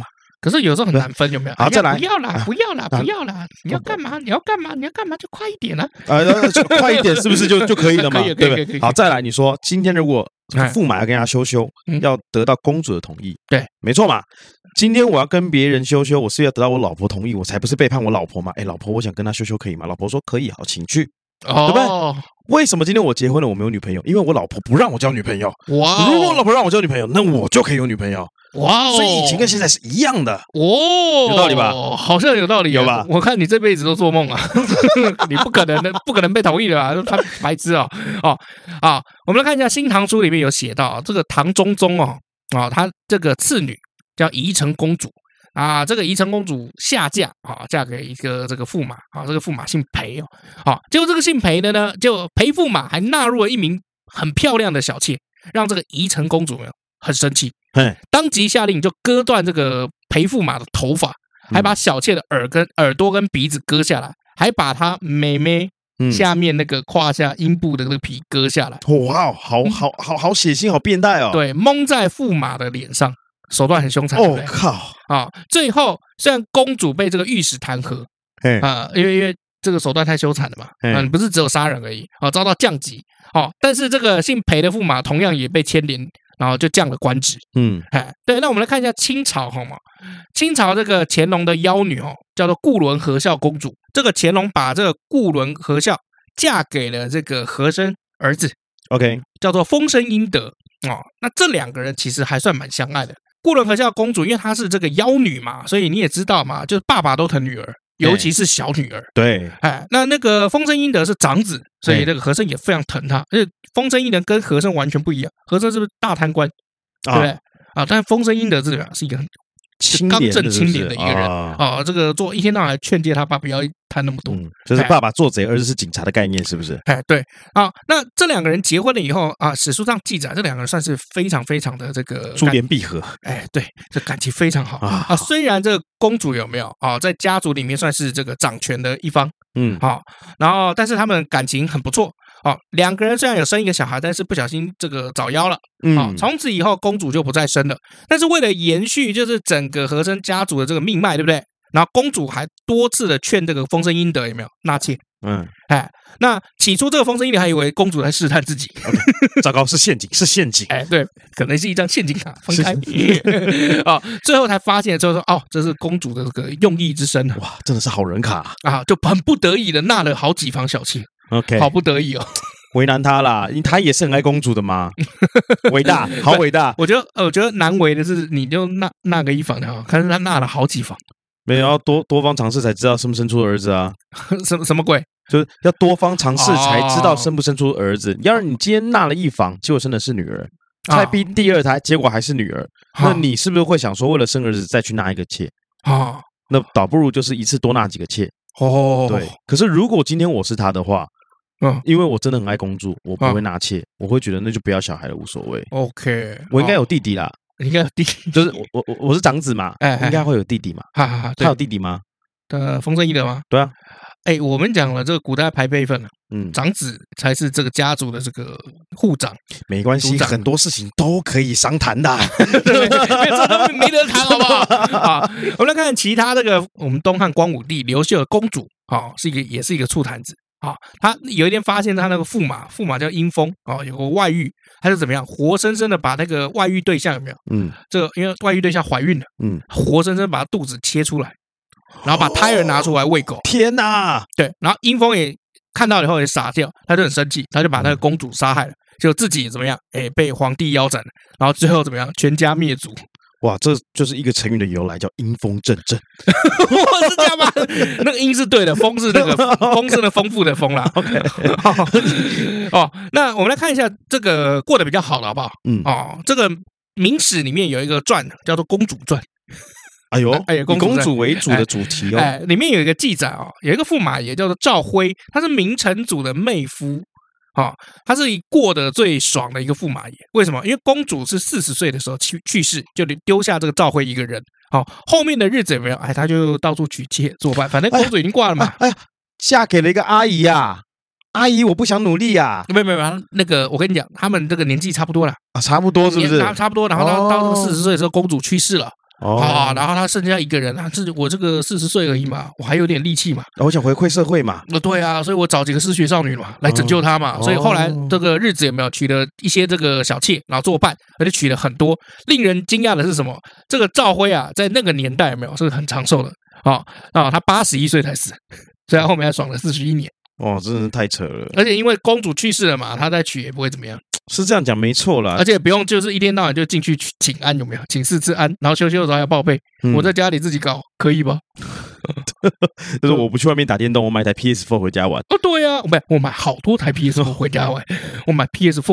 可是有时候很难分，有没有？ 好，再来， 不要啦，不要啦，不要啦！你要干嘛？你要干嘛？你要干嘛？就快一点啦！ 快一点是不是就可以了嘛？ 可以， 对不对？好，再来，你说今天如果驸马要跟他修，要得到公主的同意， 对， 没错嘛。今天我要跟别人修，我是要得到我老婆同意，我才不是背叛我老婆嘛。哎，老婆，我想跟他修可以吗？老婆说可以，好，请去，对不对？为什么今天我结婚了我没有女朋友？因为我老婆不让我交女朋友。哇！如果我老婆让我交女朋友，那我就可以有女朋友。哇！所以以前跟现在是一样的哦，有道理吧？ 好像有道理， 有吧？ 我看你这辈子都做梦啊，你不可能被同意的吧？他白痴哦啊！我们来看一下《新唐书》里面有写到，这个唐中宗他这个次女叫宜城公主啊，这个宜城公主下嫁嫁给一个这个驸马这个驸马姓裴结果这个姓裴的呢，就裴驸马还纳入了一名很漂亮的小妾，让这个宜城公主很生气，当即下令就割断这个裴驸马的头发，还把小妾的耳朵跟鼻子割下来，还把她妹妹下面那个胯下阴部的那个皮割下来。 哇，好血腥，好变态哦！ 对，蒙在驸马的脸上，手段很凶残。 哦靠！ 最后虽然公主被这个御史弹劾因为这个手段太凶残了嘛，不是只有杀人而已遭到降级但是这个姓裴的驸马同样也被牵连，然后就降了官职。对，那我们来看一下清朝好吗？清朝这个乾隆的妖女叫做固伦和孝公主。这个乾隆把这个固伦和孝嫁给了这个和珅儿子 ，OK， 叫做丰绅殷德那这两个人其实还算蛮相爱的。固伦和孝公主因为她是这个妖女嘛，所以你也知道嘛，就是爸爸都疼女儿，尤其是小女儿。 对， 那个丰绅殷德是长子，所以那个和珅也非常疼他。而且丰绅殷德跟和珅完全不一样，和珅是不是大贪官，对不对但丰绅殷德这个是一个很刚正清廉的一个人这个做一天到晚劝诫他爸不要贪那么多， 就是爸爸做贼，儿子是警察的概念，是不是？ 对那这两个人结婚了以后史书上记载，这两个人算是非常非常的这个珠联璧合。 对，这感情非常好虽然这个公主有没有在家族里面算是这个掌权的一方，然后但是他们感情很不错。两个人虽然有生一个小孩，但是不小心这个早夭了。从此以后公主就不再生了。但是为了延续就是整个和珅家族的这个命脉，对不对？然后公主还多次的劝这个丰绅殷德有没有纳妾？那起初这个丰绅殷德还以为公主在试探自己， 糟糕，是陷阱，是陷阱。 对，可能是一张陷阱卡，分开。最后才发现，最后说这是公主的这个用意之深。 哇，真的是好人卡就很不得已的纳了好几房小妾。 OK， 好不得已为难他啦，因为他也是很爱公主的嘛，伟大，好伟大。 我觉得难为的是，你就纳个一房的可是他纳了好几房， 没有要多方尝试才知道生不生出儿子啊？ 什么鬼？ 就是要多方尝试才知道生不生出儿子。要是你今天纳了一房，结果生的是女儿，再逼第二胎，结果还是女儿，那你是不是会想说，为了生儿子再去纳一个妾那倒不如就是一次多纳几个妾。对。可是如果今天我是他的话，因为我真的很爱公主，我不会纳妾，我会觉得那就不要小孩了，无所谓。OK， 我应该有弟弟啦， 应该有弟弟， 就是我是长子嘛，应该会有弟弟嘛。他有弟弟吗？ 丰绅殷德吗？ 对啊。 我们讲了这个古代排辈分了，长子才是这个家族的这个护长。 没关系，很多事情都可以商谈的， 这没得谈，好不好？我们来看其他这个我们东汉光武帝刘秀的公主也是一个醋坛子。他有一天发现他那个驸马叫殷丰有个外遇，他就怎么样，活生生的把那个外遇对象有没有？这个因为外遇对象怀孕了，活生生把他肚子切出来，然后把胎儿拿出来喂狗。 天哪！ 对，然后殷丰也看到以后也傻掉，他就很生气，他就把那个公主杀害了，就自己怎么样？被皇帝腰斩了，然后最后怎么样？全家灭族。 哇，这就是一个成语的由来，叫殷风阵阵。 是这样吗？那个殷是对的，丰是那个丰是那丰富的丰啦。OK， 那我们来看一下这个过得比较好的好不好？这个明史里面有一个传叫做《公主传》。 以公主为主的主题里面有一个记载有一个驸马爷叫做赵辉，他是明成祖的妹夫。他是过得最爽的一个驸马爷。为什么？因为公主是40岁的时候去世，就丢下这个赵辉一个人。后面的日子有没有？他就到处娶妾作伴，反正公主已经挂了嘛。 嫁给了一个阿姨呀，阿姨我不想努力呀。 没有，那个我跟你讲，他们这个年纪差不多了差不多是不是？ 差不多，然后到40岁的时候，公主去世了。 然后他剩下一个人啊，我这个40岁而已嘛，我还有点力气嘛， 我想回馈社会嘛。 对啊，所以我找几个失学少女嘛来拯救他嘛。所以后来这个日子有没有娶了一些这个小妾，然后作伴，而且娶了很多。令人惊讶的是什么？这个赵辉啊，在那个年代有没有是很长寿的他81岁才死，所以他后面还爽了41年。 哇，真的是太扯了！ 而且因为公主去世了嘛，他再娶也不会怎么样。 是这样讲没错啦， 而且不用就是一天到晚就进去请安，有没有？请4次安，然后休息的时候还要报备。我在家里自己搞，可以吧？ 就是我不去外面打电动，我买台 PS4 回家玩。 对啊，我买好多台 PS4 回家玩，我买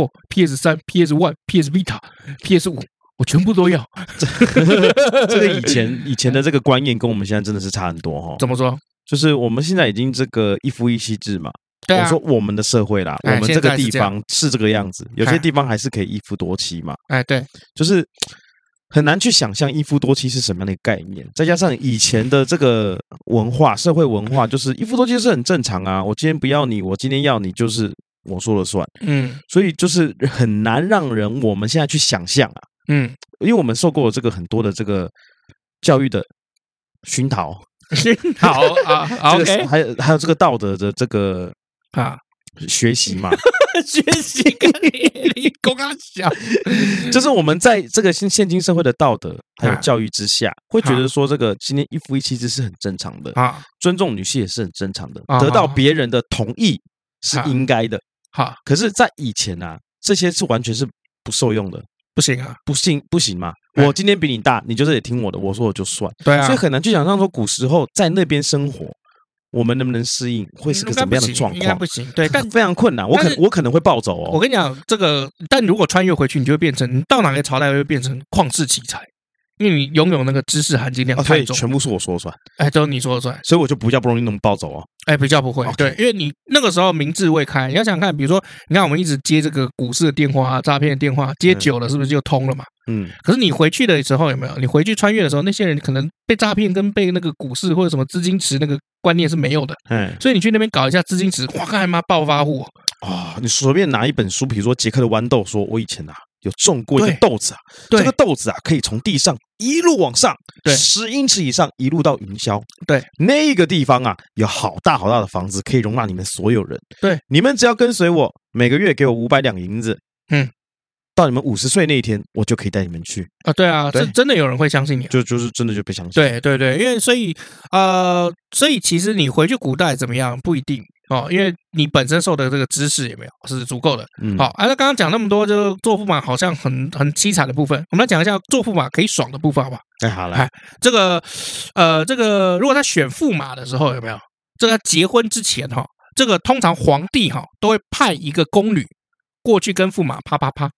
PS4、PS3、PS1、PS Vita、PS5，我全部都要。 这个以前的这个观念跟我们现在真的是差很多哈。 怎么说？ 就是我们现在已经这个一夫一妻制嘛。 对啊， 我说我们的社会啦，我们这个地方是这个样子，有些地方还是可以一夫多妻嘛。 对， 就是很难去想象一夫多妻是什么样的概念。再加上以前的这个文化，社会文化就是一夫多妻是很正常啊。我今天不要你，我今天要你，就是我说了算。所以就是很难让我们现在去想象啊。因为我们受过这个很多的这个教育的熏陶。 好啊 ，OK， 还有这个道德的这个学习嘛， 学习跟你刚刚讲， 就是我们在这个现今社会的道德还有教育之下，会觉得说这个今天一夫一妻制是很正常的尊重女性也是很正常的，得到别人的同意是应该的。可是，在以前啊，这些是完全是不受用的。 不行啊， 不行嘛！我今天比你大，你就是得听我的，我说我就算。 对啊， 所以很难去想象说古时候在那边生活，我们能不能适应，会是个怎么样的状况？ 应该不行，对，但非常困难。我可能会暴走哦。 我跟你讲，这个，但如果穿越回去，你就会变成，你到哪个朝代会变成旷世奇才，因为你拥有那个知识含金量太重， 全部是我说了算。 都是你说了算， 所以我就比较不容易那么暴走哦。 比较不会，对，因为你那个时候明智未开，你要想想看，比如说，你看我们一直接这个股市的电话、诈骗的电话，接久了是不是就通了嘛？可是你回去的时候有没有？你回去穿越的时候，那些人可能被诈骗跟被那个股市或者什么资金池那个观念是没有的，所以你去那边搞一下资金池，哇，干嘛暴发户你随便拿一本书，比如说杰克的豌豆，说我以前有种过一个豆子啊，这个豆子啊可以从地上一路往上，10英尺以上，一路到云霄。对，那个地方啊有好大好大的房子，可以容纳你们所有人。对，你们只要跟随我，每个月给我500两银子。到你们50岁那一天，我就可以带你们去啊！对啊，这真的有人会相信你， 就是真的就被相信。 对，因为所以其实你回去古代怎么样不一定因为你本身受的这个知识有没有是足够的。好，那刚刚讲那么多，就做驸马好像很凄惨的部分，我们来讲一下做驸马可以爽的部分，好不好？ 好来， 这个如果他选驸马的时候有没有？这个结婚之前这个通常皇帝都会派一个宫女过去跟驸马啪啪啪。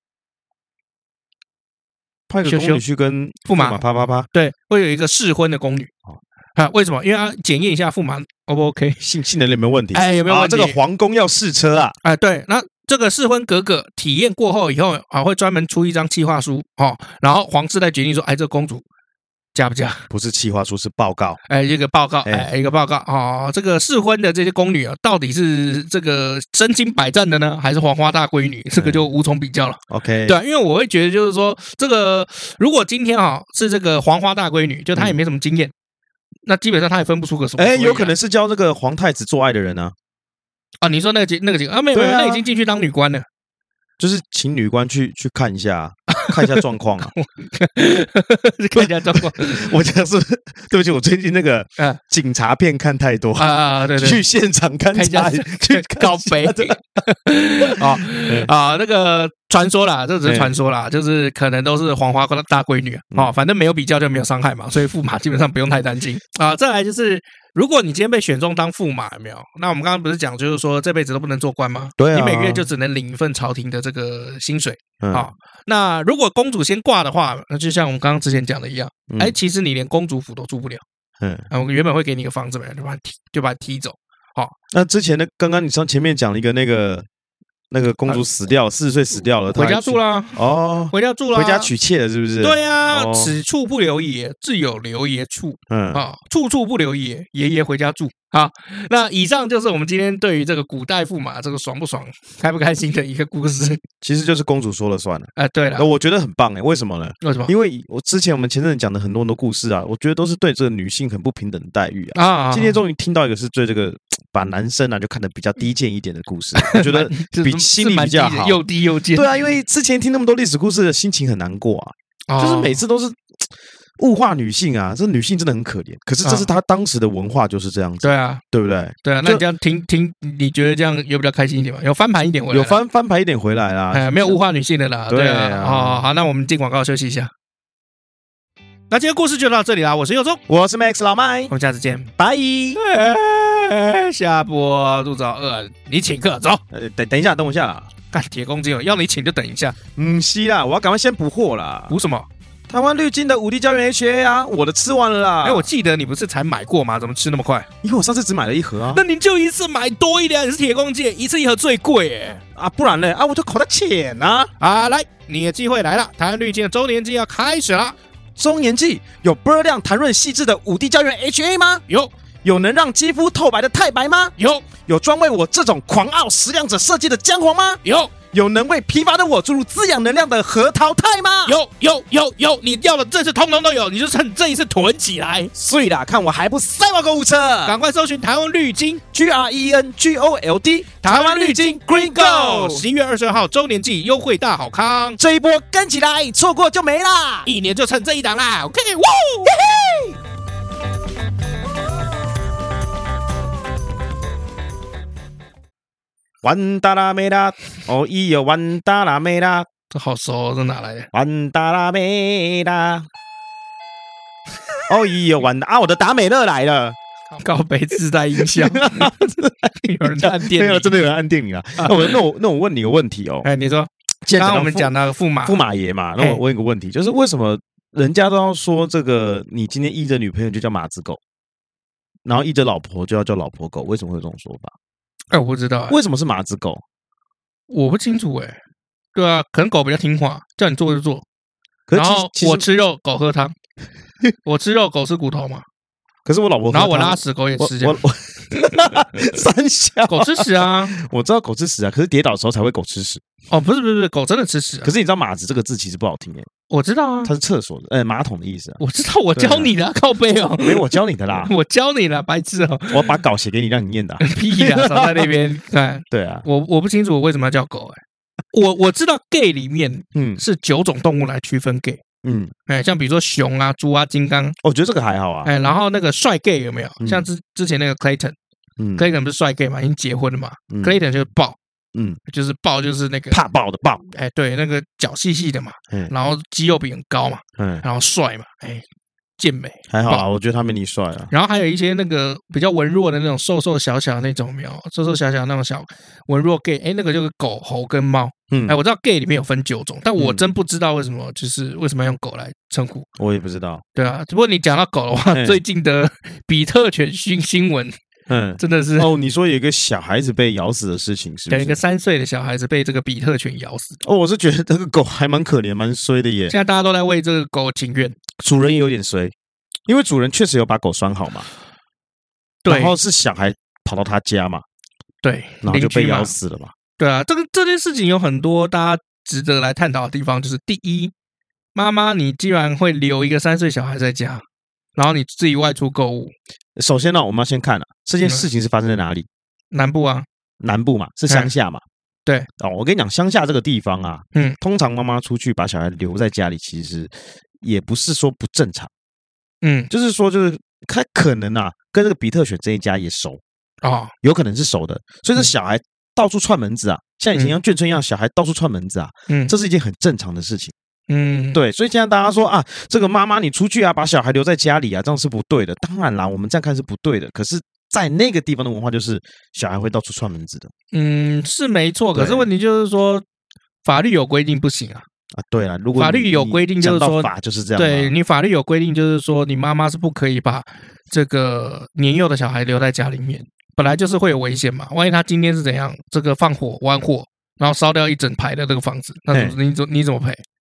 派个宫女去跟驸马啪啪啪， 对，会有一个试婚的宫女为什么？因为要检验一下驸马 O 不 OK， 性能力有没有问题？ 有没有问题？ 这个皇宫要试车啊！ 对，那这个试婚格格体验过后以后会专门出一张企划书然后皇室再决定说，这个公主嫁不嫁？ 不是企划书，是报告。 一个报告，一个报告这个试婚的这些宫女到底是这个身经百战的呢，还是黄花大闺女？这个就无从比较了。 OK， 对，因为我会觉得就是说，这个如果今天是这个黄花大闺女，就她也没什么经验，那基本上她也分不出个什么。 有可能是教这个皇太子做爱的人啊。 你说那个没有，那已经进去当女官了。 就是请女官去看一下，看一下状况啊， 看一下状况。 我讲是，对不起，我最近那个警察片看太多对， 去现场看一下，去高飞那个传说啦，这只是传说啦，就是可能都是黄花大闺女反正没有比较就没有伤害嘛，所以驸马基本上不用太担心再来就是。如果你今天被选中当驸马，有没有？那我们刚刚不是讲，就是说这辈子都不能做官吗？ 对啊， 你每个月就只能领一份朝廷的这个薪水。那如果公主先挂的话，那就像我们刚刚之前讲的一样，其实你连公主府都住不了。我原本会给你一个房子，就把你踢走。 那之前的刚刚你前面讲了一个那个公主死掉，40岁死掉了， 回家住啦。回家住啦， 回家娶妾了，是不是？ 对啊，此处不留爷，自有留爷处。处处不留爷，爷爷回家住。 好，那以上就是我们今天对于这个古代驸马这个爽不爽、开不开心的一个故事。 其实就是公主说了算了。 对了， 我觉得很棒为什么呢？ 为什么？ 因为我们前阵子讲的很多故事啊，我觉得都是对这个女性很不平等的待遇啊。今天终于听到一个是对这个把男生就看得比较低贱一点的故事，我觉得比心里比较好， 又低又贱。 对啊，因为之前听那么多历史故事的心情很难过啊，就是每次都是。物化女性啊，这女性真的很可怜。可是这是她当时的文化就是这样子， 对啊， 对不对？ 对啊，那你这样听，你觉得这样有比较开心一点吗？有翻盘一点回来， 有翻盘一点回来啦， 没有物化女性的啦，对啊。好，那我们进广告休息一下。那今天故事就到这里啦，我是佑宗， 我是 Max 老麦， 我们下次见， 拜。 下播肚子好饿，你请客走。 等一下，等我一下啦。 干铁公鸡要你请就等一下。 是啦，我要赶快先补货啦。 补什么？ 台湾绿金的5D胶原 HA 啊，我的吃完了啦。 我记得你不是才买过吗？怎么吃那么快？ 因为我上次只买了1盒啊。 那你就一次买多一点，你是铁公鸡，一次1盒最贵不然呢？我就口袋钱啊。 来，你的机会来了，台湾绿金的周年季要开始了。 周年季有波量弹润细致的5D胶原 HA 吗？有能让肌肤透白的太白吗？有专为我这种狂傲食量者设计的姜黄吗？有能为疲乏的我注入滋养能量的核桃肽吗？ 有，你要的这次通通都有，你就趁这一次囤起来。 所以啦，看我还不塞爆购物车， 赶快搜寻台湾绿金 GRENGOLD 台湾绿金 Green Gold 11月22号周年季优惠大好康， 这一波跟起来，错过就没啦 ！1年就趁这一档啦 ！OK， 哇！ 完达拉梅拉，完达拉梅拉， 这好熟，这哪来的？ 完达拉梅拉，完达我的达美乐来了， 高杯自带音效，有人在按电铃， 没有，真的有人按电铃啊！那我问你个问题哦， 你说，刚刚我们讲那个驸马爷嘛，那我问一个问题，就是为什么人家都要说这个，你今天依着女朋友就叫马子狗，然后依着老婆就要叫老婆狗，为什么会有这种说法？ 我不知道为什么是马子狗， 我不清楚对啊，可能狗比较听话，叫你做就做。然后我吃肉，狗喝汤；我吃肉，狗吃骨头嘛。 可是我老婆喝汤， 然后我拉屎，狗也吃这样。 三小狗吃屎啊！ 我知道狗吃屎啊，可是跌倒的时候才会狗吃屎。 不是，狗真的吃屎。 可是你知道马子这个字其实不好听我知道啊， 它是厕所的，马桶的意思啊。 我知道，我教你的，靠背没有我教你的啦， 我教你了，白痴我把稿写给你，让你念的。 屁啦，少在那边看。 对啊， 我不清楚我为什么要叫狗我知道 gay 里面是9种动物来区分 gay。像比如说熊啊、猪啊、金刚， 我觉得这个还好啊。 然后那个帅 gay 有没有？像之前那个 Clayton，Clayton 不是帅 gay 嘛，已经结婚了嘛。Clayton 就是豹，就是豹，就是那个怕豹的豹。 对，那个脚细细的嘛，然后肌肉比很高嘛，然后帅嘛，健美还好啊，我觉得他没你帅啊。 然后还有一些那个比较文弱的那种瘦瘦小小的那种，没有瘦瘦小小那种小文弱 gay，那个就是狗、猴跟猫。我知道 gay 里面有分9种，但我真不知道为什么要用狗来称呼。 我也不知道。对啊，不过你讲到狗的话，最近的比特犬新闻，真的是你说有一个小孩子被咬死的事情，是不是？ 有一个3岁的小孩子被这个比特犬咬死。 我是觉得这个狗还蛮可怜、蛮衰的耶。 现在大家都在为这个狗请愿， 主人也有点衰，因为主人确实有把狗拴好嘛，对，然后是小孩跑到他家嘛， 对， 然后就被咬死了嘛。 对啊，这件事情有很多大家值得来探讨的地方，就是第一，妈妈你既然会留一个3岁小孩在家，然后你自己外出购物， 首先呢，我们要先看这件事情是发生在哪里？ 南部啊， 南部嘛，是乡下嘛。 对我跟你讲，乡下这个地方啊，通常妈妈出去把小孩留在家里，其实也不是说不正常，就是说他可能跟这个比特犬这一家也熟有可能是熟的，所以这小孩到处串门子像以前像眷村一样，小孩到处串门子这是一件很正常的事情。对，所以现在大家说这个妈妈你出去把小孩留在家里这样是不对的。当然啦，我们这样看是不对的，可是在那个地方的文化就是小孩会到处串门子的。 是没错，可是问题就是说法律有规定不行对啦，如果法律有规定就是说法就是这样， 对你法律有规定就是说你妈妈是不可以把这个年幼的小孩留在家里面，本来就是会有危险嘛。万一他今天是怎样这个放火玩火，然后烧掉一整排的这个房子，那你怎么赔？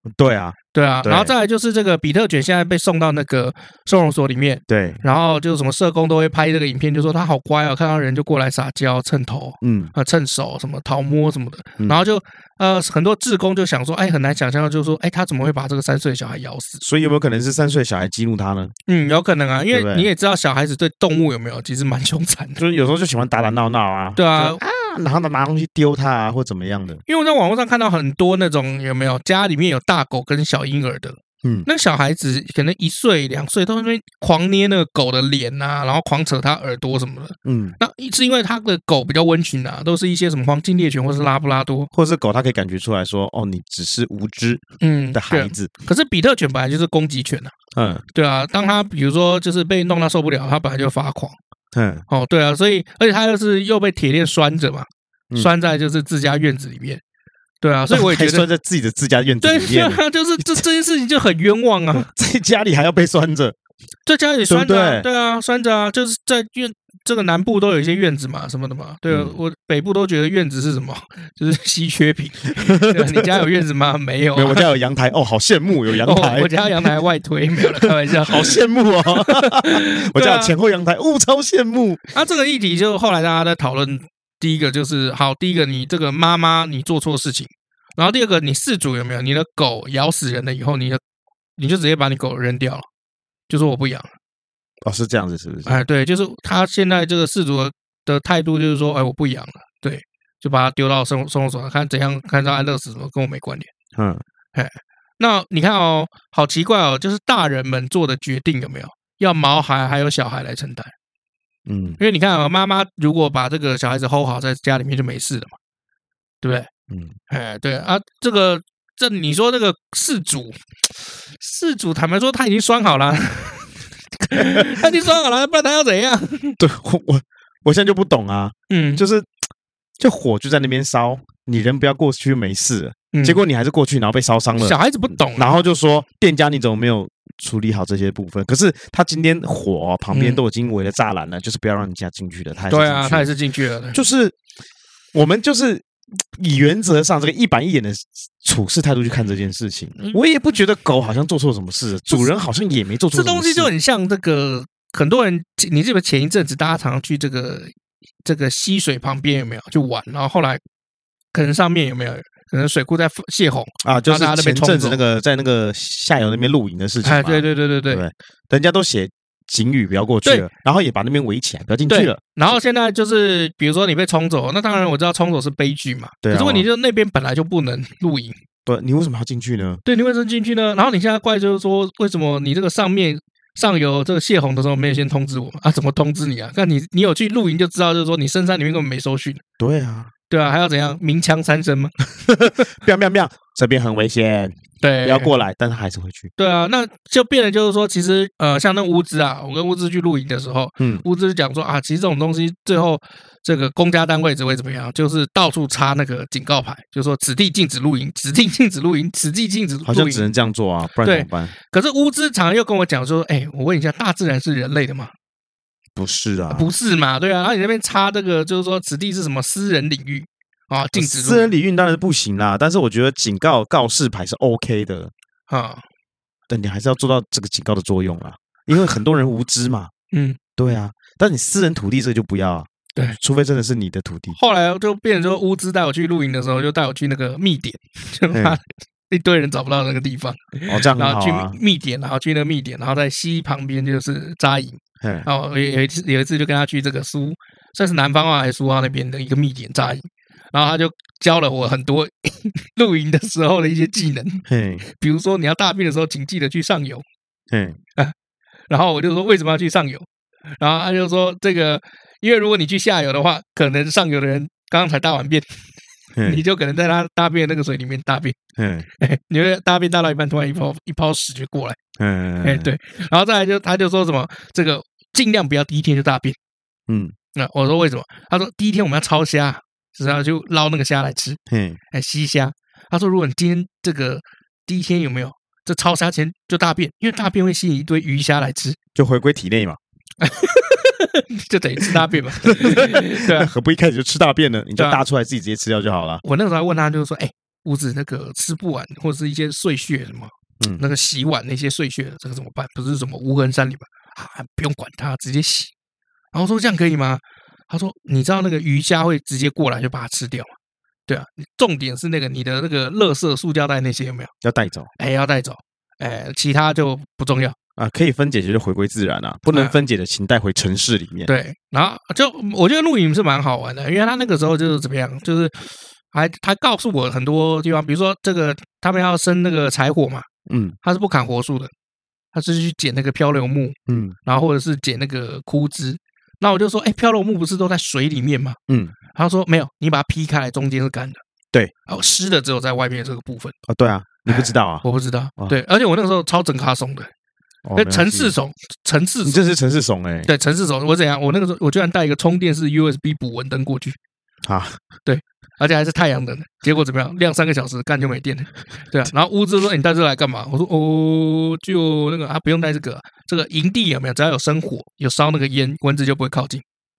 对啊， 对啊，然后再来就是这个比特犬现在被送到那个收容所里面， 对， 然后就什么社工都会拍这个影片，就说他好乖哦，看到人就过来撒娇、蹭头，蹭手什么讨摸什么的，然后就很多志工就想说，哎，很难想象，就是说，哎，他怎么会把这个3岁的小孩咬死？ 所以有没有可能是3岁小孩激怒他呢？ 有可能啊，因为你也知道小孩子对动物有没有其实蛮凶残的， 就是有时候就喜欢打打闹闹啊， 对啊， 然后拿东西丢他啊，或怎么样的。 因为我在网络上看到很多那种有没有家里面有大狗跟小婴儿的，那小孩子可能1岁2岁都在那边狂捏那个狗的脸啊，然后狂扯他耳朵什么的，那是因为他的狗比较温驯啊，都是一些什么黄金猎犬或是拉布拉多， 或是狗，它可以感觉出来说，哦，你只是无知的孩子。 可是比特犬本来就是攻击犬啊，对啊，当他比如说就是被弄到受不了，他本来就发狂。对啊，所以而且他又被铁链拴着嘛，拴在就是自家院子里面，对啊，所以我也觉得还拴在自己的自家院子里面， 对啊，就是这件事情就很冤枉啊， 在家里还要被拴着， 在家里拴着，对啊，拴着啊，就是在这个南部都有一些院子嘛，什么的嘛，对啊，我北部都觉得院子是什么，就是稀缺品。你家有院子吗？没有， 我家有阳台哦，好羡慕有阳台。 我家阳台外推，没有了，开玩笑， 好羡慕哦。我家有前后阳台，超羡慕。 这个议题就后来大家在讨论，第一个就是好，第一个你这个妈妈你做错事情，然后第二个你饲主有没有你的狗咬死人了以后，你就直接把你狗扔掉了，就说我不养了。 是这样子，是不是？ 对，就是他现在这个饲主的态度就是说，我不养了，对，就把它丢到收容所，看怎样，看到安乐死什么跟我没关联。那你看哦，好奇怪哦，就是大人们做的决定有没有要毛孩还有小孩来承担？因为你看啊，妈妈如果把这个小孩子 hold 好，在家里面就没事了嘛，对不对？对啊，这你说那个饲主坦白说他已经拴好了。他已经拴好了，不然他要怎样？ 对，我现在就不懂啊，就火就在那边烧，你人不要过去就没事了，结果你还是过去，然后被烧伤了。 小孩子不懂， 然后就说店家你怎么没有处理好这些部分？可是他今天火旁边都已经围了栅栏了，就是不要让人家进去的。 对啊，他也是进去了。 就是我们就是以原则上这个一板一眼的处事态度去看这件事情，我也不觉得狗好像做错什么事，主人好像也没做错什么事。 这东西就很像这个很多人，你记得前一阵子大家常常去这个溪水旁边有没有去玩，然后后来可能上面有没有可能水库在泄洪啊，就是前阵子那个在那个下游那边露营的事情嘛。 对， 人家都写警语不要过去了，然后也把那边围起来，不要进去了。 然后现在就是，比如说你被冲走，那当然我知道冲走是悲剧嘛。可是问题就是那边本来就不能露营， 不，你为什么要进去呢？ 对，你为什么进去呢？然后你现在怪就是说，为什么你这个上游这个泄洪的时候没有先通知我们啊？怎么通知你啊？看你有去露营就知道，就是说你深山里面根本没收讯。 对啊， 还要怎样鸣枪3声吗？ 不要，这边很危险。 对， 不要过来，但他还是会去。 对啊，那就变成就是说，其实像那乌兹啊，我跟乌兹去露营的时候，乌兹讲说啊，其实这种东西最后这个公家单位只会怎么样，就是到处插那个警告牌，就是说此地禁止露营，此地禁止露营，此地禁止露营， 好像只能这样做啊，不然怎么办？ 可是乌兹常常又跟我讲说，我问一下，大自然是人类的吗？ 不是啊， 不是嘛？对啊，然后你那边插这个，就是说此地是什么私人领域。禁止私人领域当然是不行啦，但是我觉得警告示牌是 OK 的但你还是要做到这个警告的作用啦，因为很多人无知嘛。对啊，但你私人土地这个就不要啊，对，除非真的是你的土地。 后来就变成说，乌兹带我去露营的时候，就带我去那个密点，就怕一堆人找不到那个地方。 这样很好啊。 然后去密点，然后去那个密点，然后在溪旁边就是扎营。然后有一次就跟他去这个算是南方澳还是苏澳那边的一个密点扎营。然后他就教了我很多露营的时候的一些技能，比如说你要大便的时候，请记得去上游。然后我就说为什么要去上游？然后他就说这个，因为如果你去下游的话，可能上游的人刚刚才大完便，你就可能在他大便的那个水里面大便。你会大便大到一半，突然一泡屎就过来。对，然后再来他就说什么这个尽量不要第一天就大便。那我说为什么？他说第一天我们要焯虾。是要去捞那个虾来吃，吸虾。他说，如果你今天这个第一天有没有这焯虾前就大便，因为大便会吸引一堆鱼虾来吃， 就回归体内嘛， 就等于吃大便嘛。对啊， 何不一开始就吃大便呢？你就大出来自己直接吃掉就好了。 我那个时候还问他，就是说， 屋子那个吃不完，或者是一些碎屑什么，那个洗碗那些碎屑，这个怎么办？不是什么无痕山里吧？不用管它，直接洗。然后说这样可以吗？他说你知道那个鱼虾会直接过来就把它吃掉吗？对啊，重点是那个你的那个垃圾塑胶袋那些有没有要带走？ 要带走。其他就不重要啊，可以分解就回归自然啊，不能分解的请带回城市里面。 对，然后就我觉得露营是蛮好玩的，因为他那个时候就是怎么样，就是他告诉我很多地方，比如说这个他们要生那个柴火嘛，他是不砍活树的，他是去捡那个漂流木，然后或者是捡那个枯枝。那我就说，漂流木不是都在水里面吗？他说没有，你把它劈开来，中间是干的。对，湿的只有在外面这个部分。 对啊，你不知道啊？ 我不知道。对，而且我那个时候超整卡怂的，城市怂， 你这是城市怂对，城市怂。我怎样？我那个时候我居然带一个充电式 USB 补蚊灯过去啊！ 对，而且还是太阳能的。结果怎么样？亮3个小时，干就没电了。对啊，然后屋子说：“你带这来干嘛？”我说：“就那个不用带这个。这个营地有没有？只要有生火，有烧那个烟，蚊子就不会靠近。”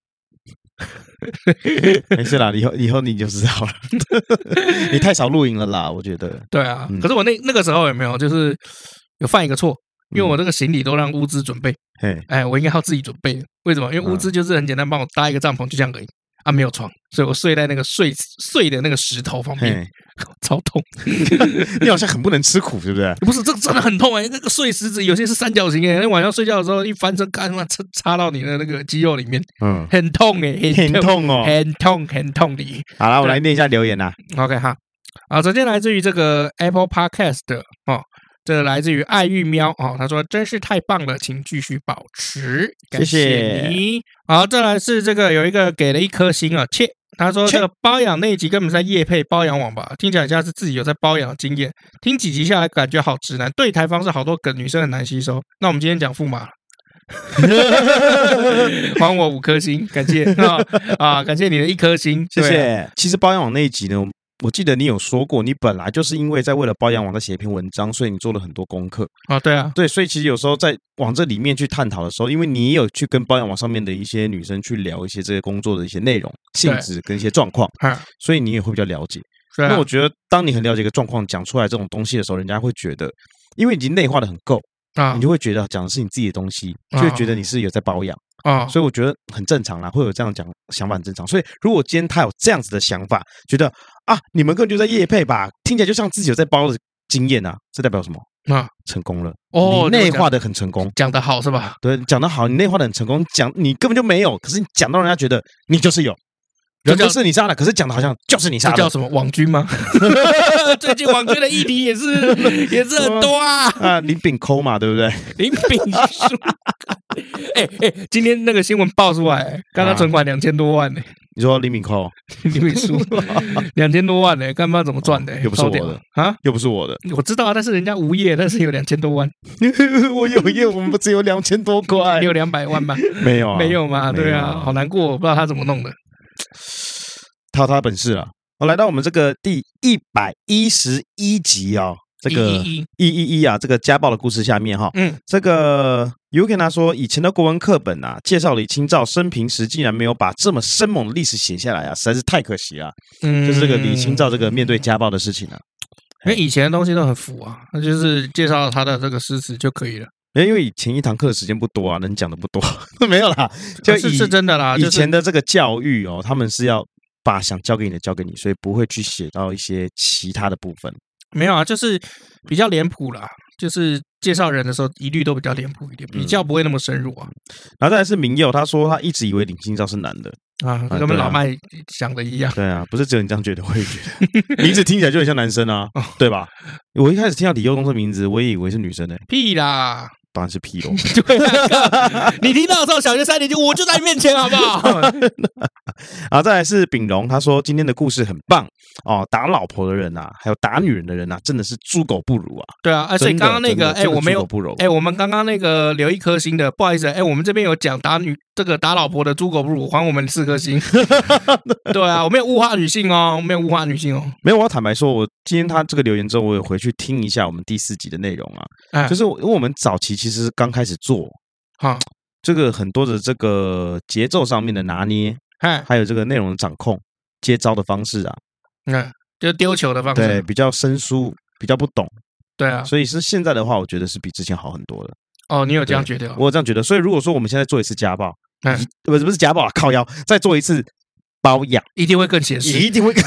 没事啦，以后你就知道了。你太少露营了啦，我觉得。 对啊，可是我那个时候有没有就是有犯一个错？因为我这个行李都让乌兹准备，我应该要自己准备。为什么？因为乌兹就是很简单，帮我搭一个帐篷，就这样而已啊，没有床，所以我睡在那个碎的那个石头旁边，超痛。 你好像很不能吃苦，对不对？ 不是，这个真的很痛那个碎石子有些是三角形那晚上睡觉的时候一翻身，干嘛插到你的那个肌肉里面，很痛很痛哦， 很痛的。 好了，我来念一下留言啦。 OK 哈，首先来自于这个 Apple Podcast 的这来自于爱玉喵他说真是太棒了，请继续保持，感谢你。好，再来是这个有一个给了1颗星切，他说这个包养那一集根本是在业配包养网吧，听起来像是自己有在包养的经验，听几集下来感觉好直男，对台方式好多梗女生很难吸收。那我们今天讲驸马了。还我5颗星，感谢感谢你的1颗星， 谢谢。其实包养网那一集呢，我记得你有说过，你本来就是因为在为了包养网在写一篇文章，所以你做了很多功课对啊， 对，所以其实有时候在往这里面去探讨的时候，因为你也有去跟包养网上面的一些女生去聊一些这些工作的一些内容、性质跟一些状况，所以你也会比较了解。那我觉得，当你很了解一个状况讲出来这种东西的时候，人家会觉得，因为已经内化的很够你就会觉得讲的是你自己的东西，就会觉得你是有在包养所以我觉得很正常啦，会有这样讲想法很正常。所以如果今天他有这样子的想法，觉得你们根本就在业配吧，听起来就像自己有在包的经验这代表什么？成功了你内化的很成功， 讲得好是吧？ 对，讲得好，你内化的很成功，讲你根本就没有，可是你讲到人家觉得你就是有。人不是你杀的，可是讲的好像就是你杀的， 这叫什么网军吗？最近网军的议题也是很多林炳抠嘛，对不对？ 林炳书，今天那个新闻爆出来，刚刚存款2000多万你说林炳抠、 林炳书2000多万干嘛怎么赚的？ 又不是我的又不是我的， 我知道但是人家无业，但是有2000多万。 我有业，我们不只有2000多块， 你有200万吗？ 没有没有嘛？对啊，好难过，我不知道他怎么弄的。 他他本事了。来到我们这个第111集这个111这个家暴的故事下面这个 Yuki 他说以前的国文课本介绍李清照生平时竟然没有把这么生猛的历史写下来实在是太可惜了。就是这个李清照这个面对家暴的事情因为以前的东西都很腐那就是介绍他的这个诗词就可以了。 因为以前一堂课的时间不多能讲的不多没有啦， 就是真的啦。 以前的这个教育他们是要把想教给你的教给你，所以不会去写到一些其他的部分。 没有就是比较脸谱啦，就是介绍人的时候一律都比较脸谱一点，比较不会那么深入然后再来是明佑，他说他一直以为李清照是男的跟我们老麦想的一样。 对不是只有你这样觉得，我也觉得名字听起来就很像男生对吧？我一开始听到李佑东这名字，我也以为是女生屁啦！ 当然是屁咯。 对你听到的时候，小学3年级我就在你面前，好不好？ 再来是秉荣，他说今天的故事很棒打老婆的人还有打女人的人真的是猪狗不如对啊，所以刚刚那个我没有我们刚刚那个留1颗星的，不好意思我们这边有讲打老婆的猪狗不如，还我们4颗星。对啊，我没有物化女性没有物化女性没有。我要坦白说，我今天他这个留言之后，我有回去听一下我们第4集的内容就是因为我们早期其实刚开始做这个很多的这个节奏上面的拿捏，还有这个内容的掌控、接招的方式就是丢球的方式， 对，比较生疏，比较不懂。 对啊， 所以是现在的话，我觉得是比之前好很多了。 哦，你有这样觉得？ 我有这样觉得。所以如果说我们现在做一次家暴，不是家暴啊，靠腰，再做一次包养， 一定会更显示， 一定会。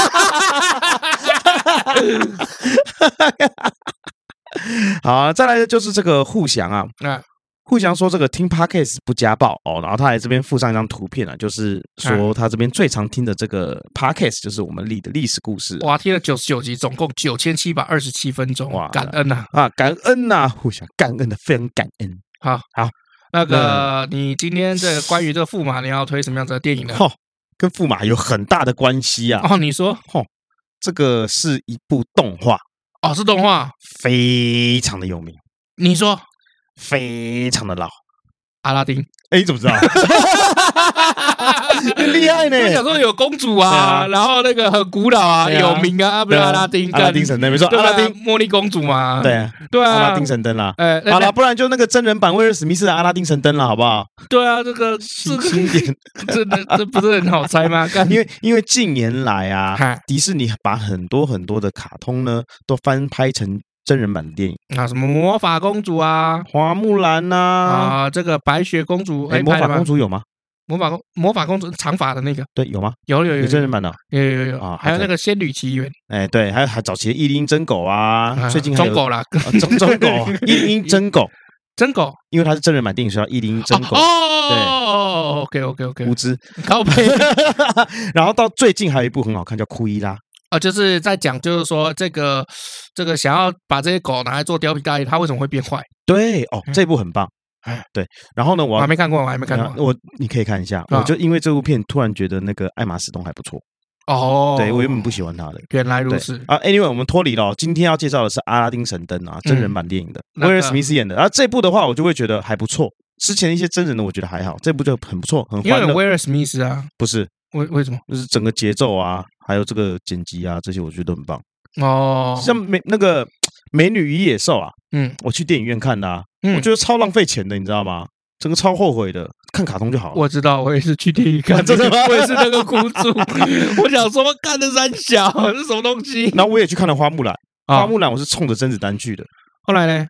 好，再来的就是这个互翔啊。互相说这个听 podcast 不家暴哦，然后他来这边附上一张图片啊，就是说他这边最常听的这个 podcast 就是我们立的历史故事。 哇，听了99集，总共9727分钟，哇，感恩呐！ 感恩呐！互相感恩的，非常感恩。 好，那个你今天这关于这个驸马，你要推什么样子的电影呢？ 跟驸马有很大的关系啊！ 你说， 这个是一部动画是动画， 非常的有名。 你说。 非常的老， 阿拉丁， 你怎么知道？很厉害呢！ 我想说有公主啊，然后那个很古老啊，有名啊，不是阿拉丁， 阿拉丁神灯没错，阿拉丁茉莉公主嘛， 对啊，阿拉丁神灯啦。好了，不然就那个真人版威尔史密斯的阿拉丁神灯了，好不好？ 对啊，这个经典， 这不是很好猜吗？ 因为近年来啊，迪士尼把很多的卡通呢都翻拍成真人版的电影什么魔法公主啊， 花木兰呐， 这个白雪公主， 魔法公主有吗？ 魔法公主长发的那个， 对，有吗？ 有真人版的， 有啊，还有那个仙女奇缘， 对，还早期的一零真狗啊，最近还有中狗啦， 中狗，一零真狗， 真狗， 因为它是真人版电影，所以叫一零真狗。 对 ，OK， 无知， 靠背。 然后到最近还有一部很好看，叫库伊拉。 就是在讲，就是说这个想要把这些狗拿来做貂皮大衣，它为什么会变坏？ 对这部很棒，对。然后呢，我还没看过， 你可以看一下。我就因为这部片突然觉得那个艾玛史东还不错。对我原本不喜欢他的。 原来如此啊 ！Anyway， 我们脱离了。今天要介绍的是阿拉丁神灯啊，真人版电影的，威尔史密斯演的。然后这部的话，我就会觉得还不错。之前一些真人的我觉得还好，这部就很不错，很欢乐。 因为威尔史密斯啊， 不是为什么？ 就是整个节奏啊，还有这个剪辑啊，这些我觉得都很棒。像那个《美女与野兽》啊，我去电影院看的啊，我觉得超浪费钱的，你知道吗？整个超后悔的，看卡通就好了。 我知道，我也是去电影看，真的吗？我也是那个苦主。我想说，看的三小是什么东西？ 然后我也去看了《花木兰》，花木兰我是冲着甄子丹去的。 后来呢？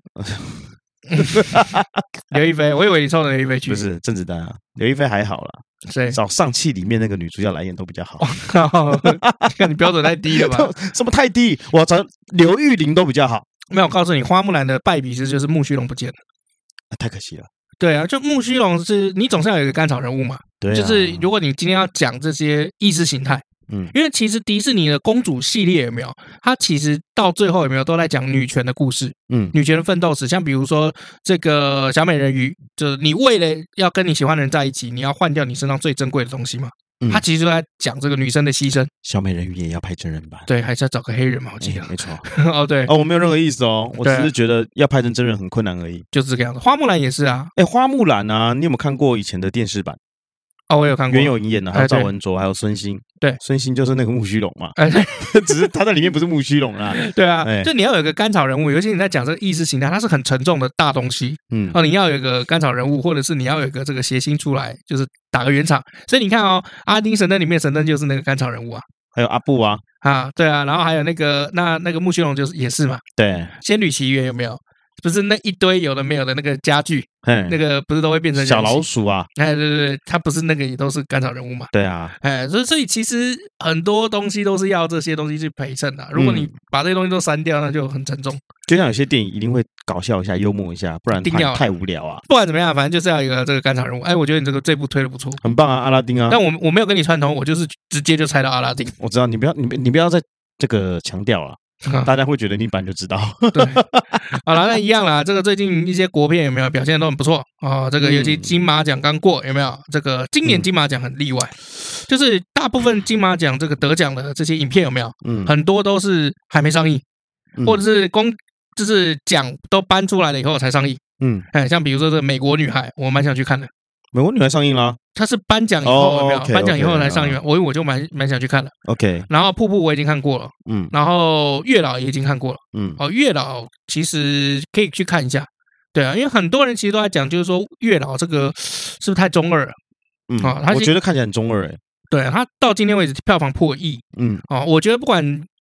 刘亦菲，我以为你冲着刘亦菲去， 不是甄子丹啊，刘亦菲还好啦。 谁找上汽里面那个女主角来演都比较好。 看你标准太低了吧？ 什么太低？我找刘玉玲都比较好。 没有，我告诉你，花木兰的败笔是就是木须龙不见了， 太可惜了。 对啊，就木须龙是你总是要有一个甘草人物嘛。 对， 就是如果你今天要讲这些意识形态。因为其实迪士尼的公主系列有没有？它其实到最后有没有都在讲女权的故事，女权的奋斗史。像比如说这个小美人鱼，就是你为了要跟你喜欢的人在一起，你要换掉你身上最珍贵的东西嘛。它其实就在讲这个女生的牺牲。 小美人鱼也要拍真人版， 对，还是要找个黑人嘛，我记得。 没错。 对。 我没有任何意思哦，我只是觉得要拍成真人很困难而已。 就是这个样子。花木兰也是啊。 花木兰啊，你有没有看过以前的电视版？ 我有看过， 袁咏仪演的，还有赵文卓，还有孙兴。 对， 孙兴就是那个木须龙嘛。只是他在里面不是木须龙啦。 对啊，就你要有一个甘草人物，尤其你在讲这个意识形态，它是很沉重的大东西。你要有一个甘草人物，或者是你要有一个这个谐星出来，就是打个圆场。所以你看阿拉丁神灯里面神灯就是那个甘草人物啊， 还有阿布啊， 对啊，然后还有那个木须龙就是也是嘛。 对， 仙女奇缘有没有？不是那一堆有的没有的那个家具，那个不是都会变成小老鼠啊？ 对，它不是那个也都是甘草人物嘛？ 对啊， 所以其实很多东西都是要这些东西去陪衬的。如果你把这些东西都删掉，那就很沉重。 就像有些电影一定会搞笑一下、幽默一下，不然太无聊啊。 不管怎么样，反正就是要一个这个甘草人物。我觉得你这部推的不错， 很棒啊，阿拉丁啊。 但我没有跟你串通，我就是直接就猜到阿拉丁。 我知道，你不要再这个强调了。大家会觉得你本来就知道。 对，好了，那一样啦。这个最近一些国片有没有表现都很不错啊？这个尤其金马奖刚过，有没有？这个今年金马奖很例外，就是大部分金马奖这个得奖的这些影片有没有？很多都是还没上映，或者是就是奖都颁出来了以后才上映。像比如说这个《美国女孩》，我蛮想去看的。 美国女孩上映了， 它是颁奖以后有没有？颁奖以后才上映，我就蛮想去看了。 OK， 然后瀑布我已经看过了，然后月老也已经看过了，月老其实可以去看一下，对啊，因为很多人其实都在讲，就是说月老这个是不是太中二了？ 我觉得看起来很中二对，他到今天为止票房破亿，我觉得不管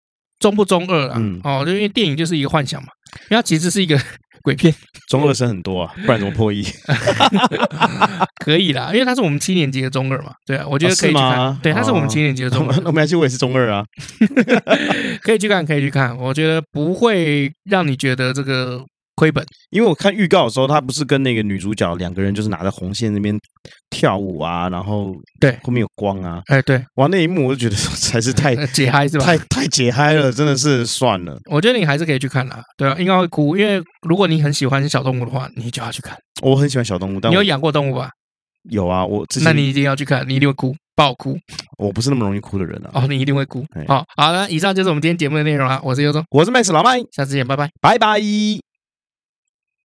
中不中二啊？就因为电影就是一个幻想嘛，因为它其实是一个鬼片。 中二生很多啊，不然怎么破亿？ 可以啦，因为他是我们7年级的中二嘛。对啊，我觉得可以去看。对，他是我们7年级的中二。 那没关系，我也是中二啊。 可以去看，可以去看。我觉得不会让你觉得这个亏本， 因为我看预告的时候，他不是跟那个女主角2个人就是拿着红线那边跳舞啊，然后对后面有光啊， 对， 哇，那一幕我就觉得才是太解嗨是吧？ 太解嗨了，真的是算了。 我觉得你还是可以去看啦，对啊，应该会哭，因为如果你很喜欢小动物的话，你就要去看。 我很喜欢小动物，但你有养过动物吧？ 有啊， 那你一定要去看，你一定会哭，爆哭。 我不是那么容易哭的人啊。 你一定会哭。好了，以上就是我们今天节目的内容啦。我是尤忠， 我是 Max 老麦， 下次见，拜拜， 拜拜。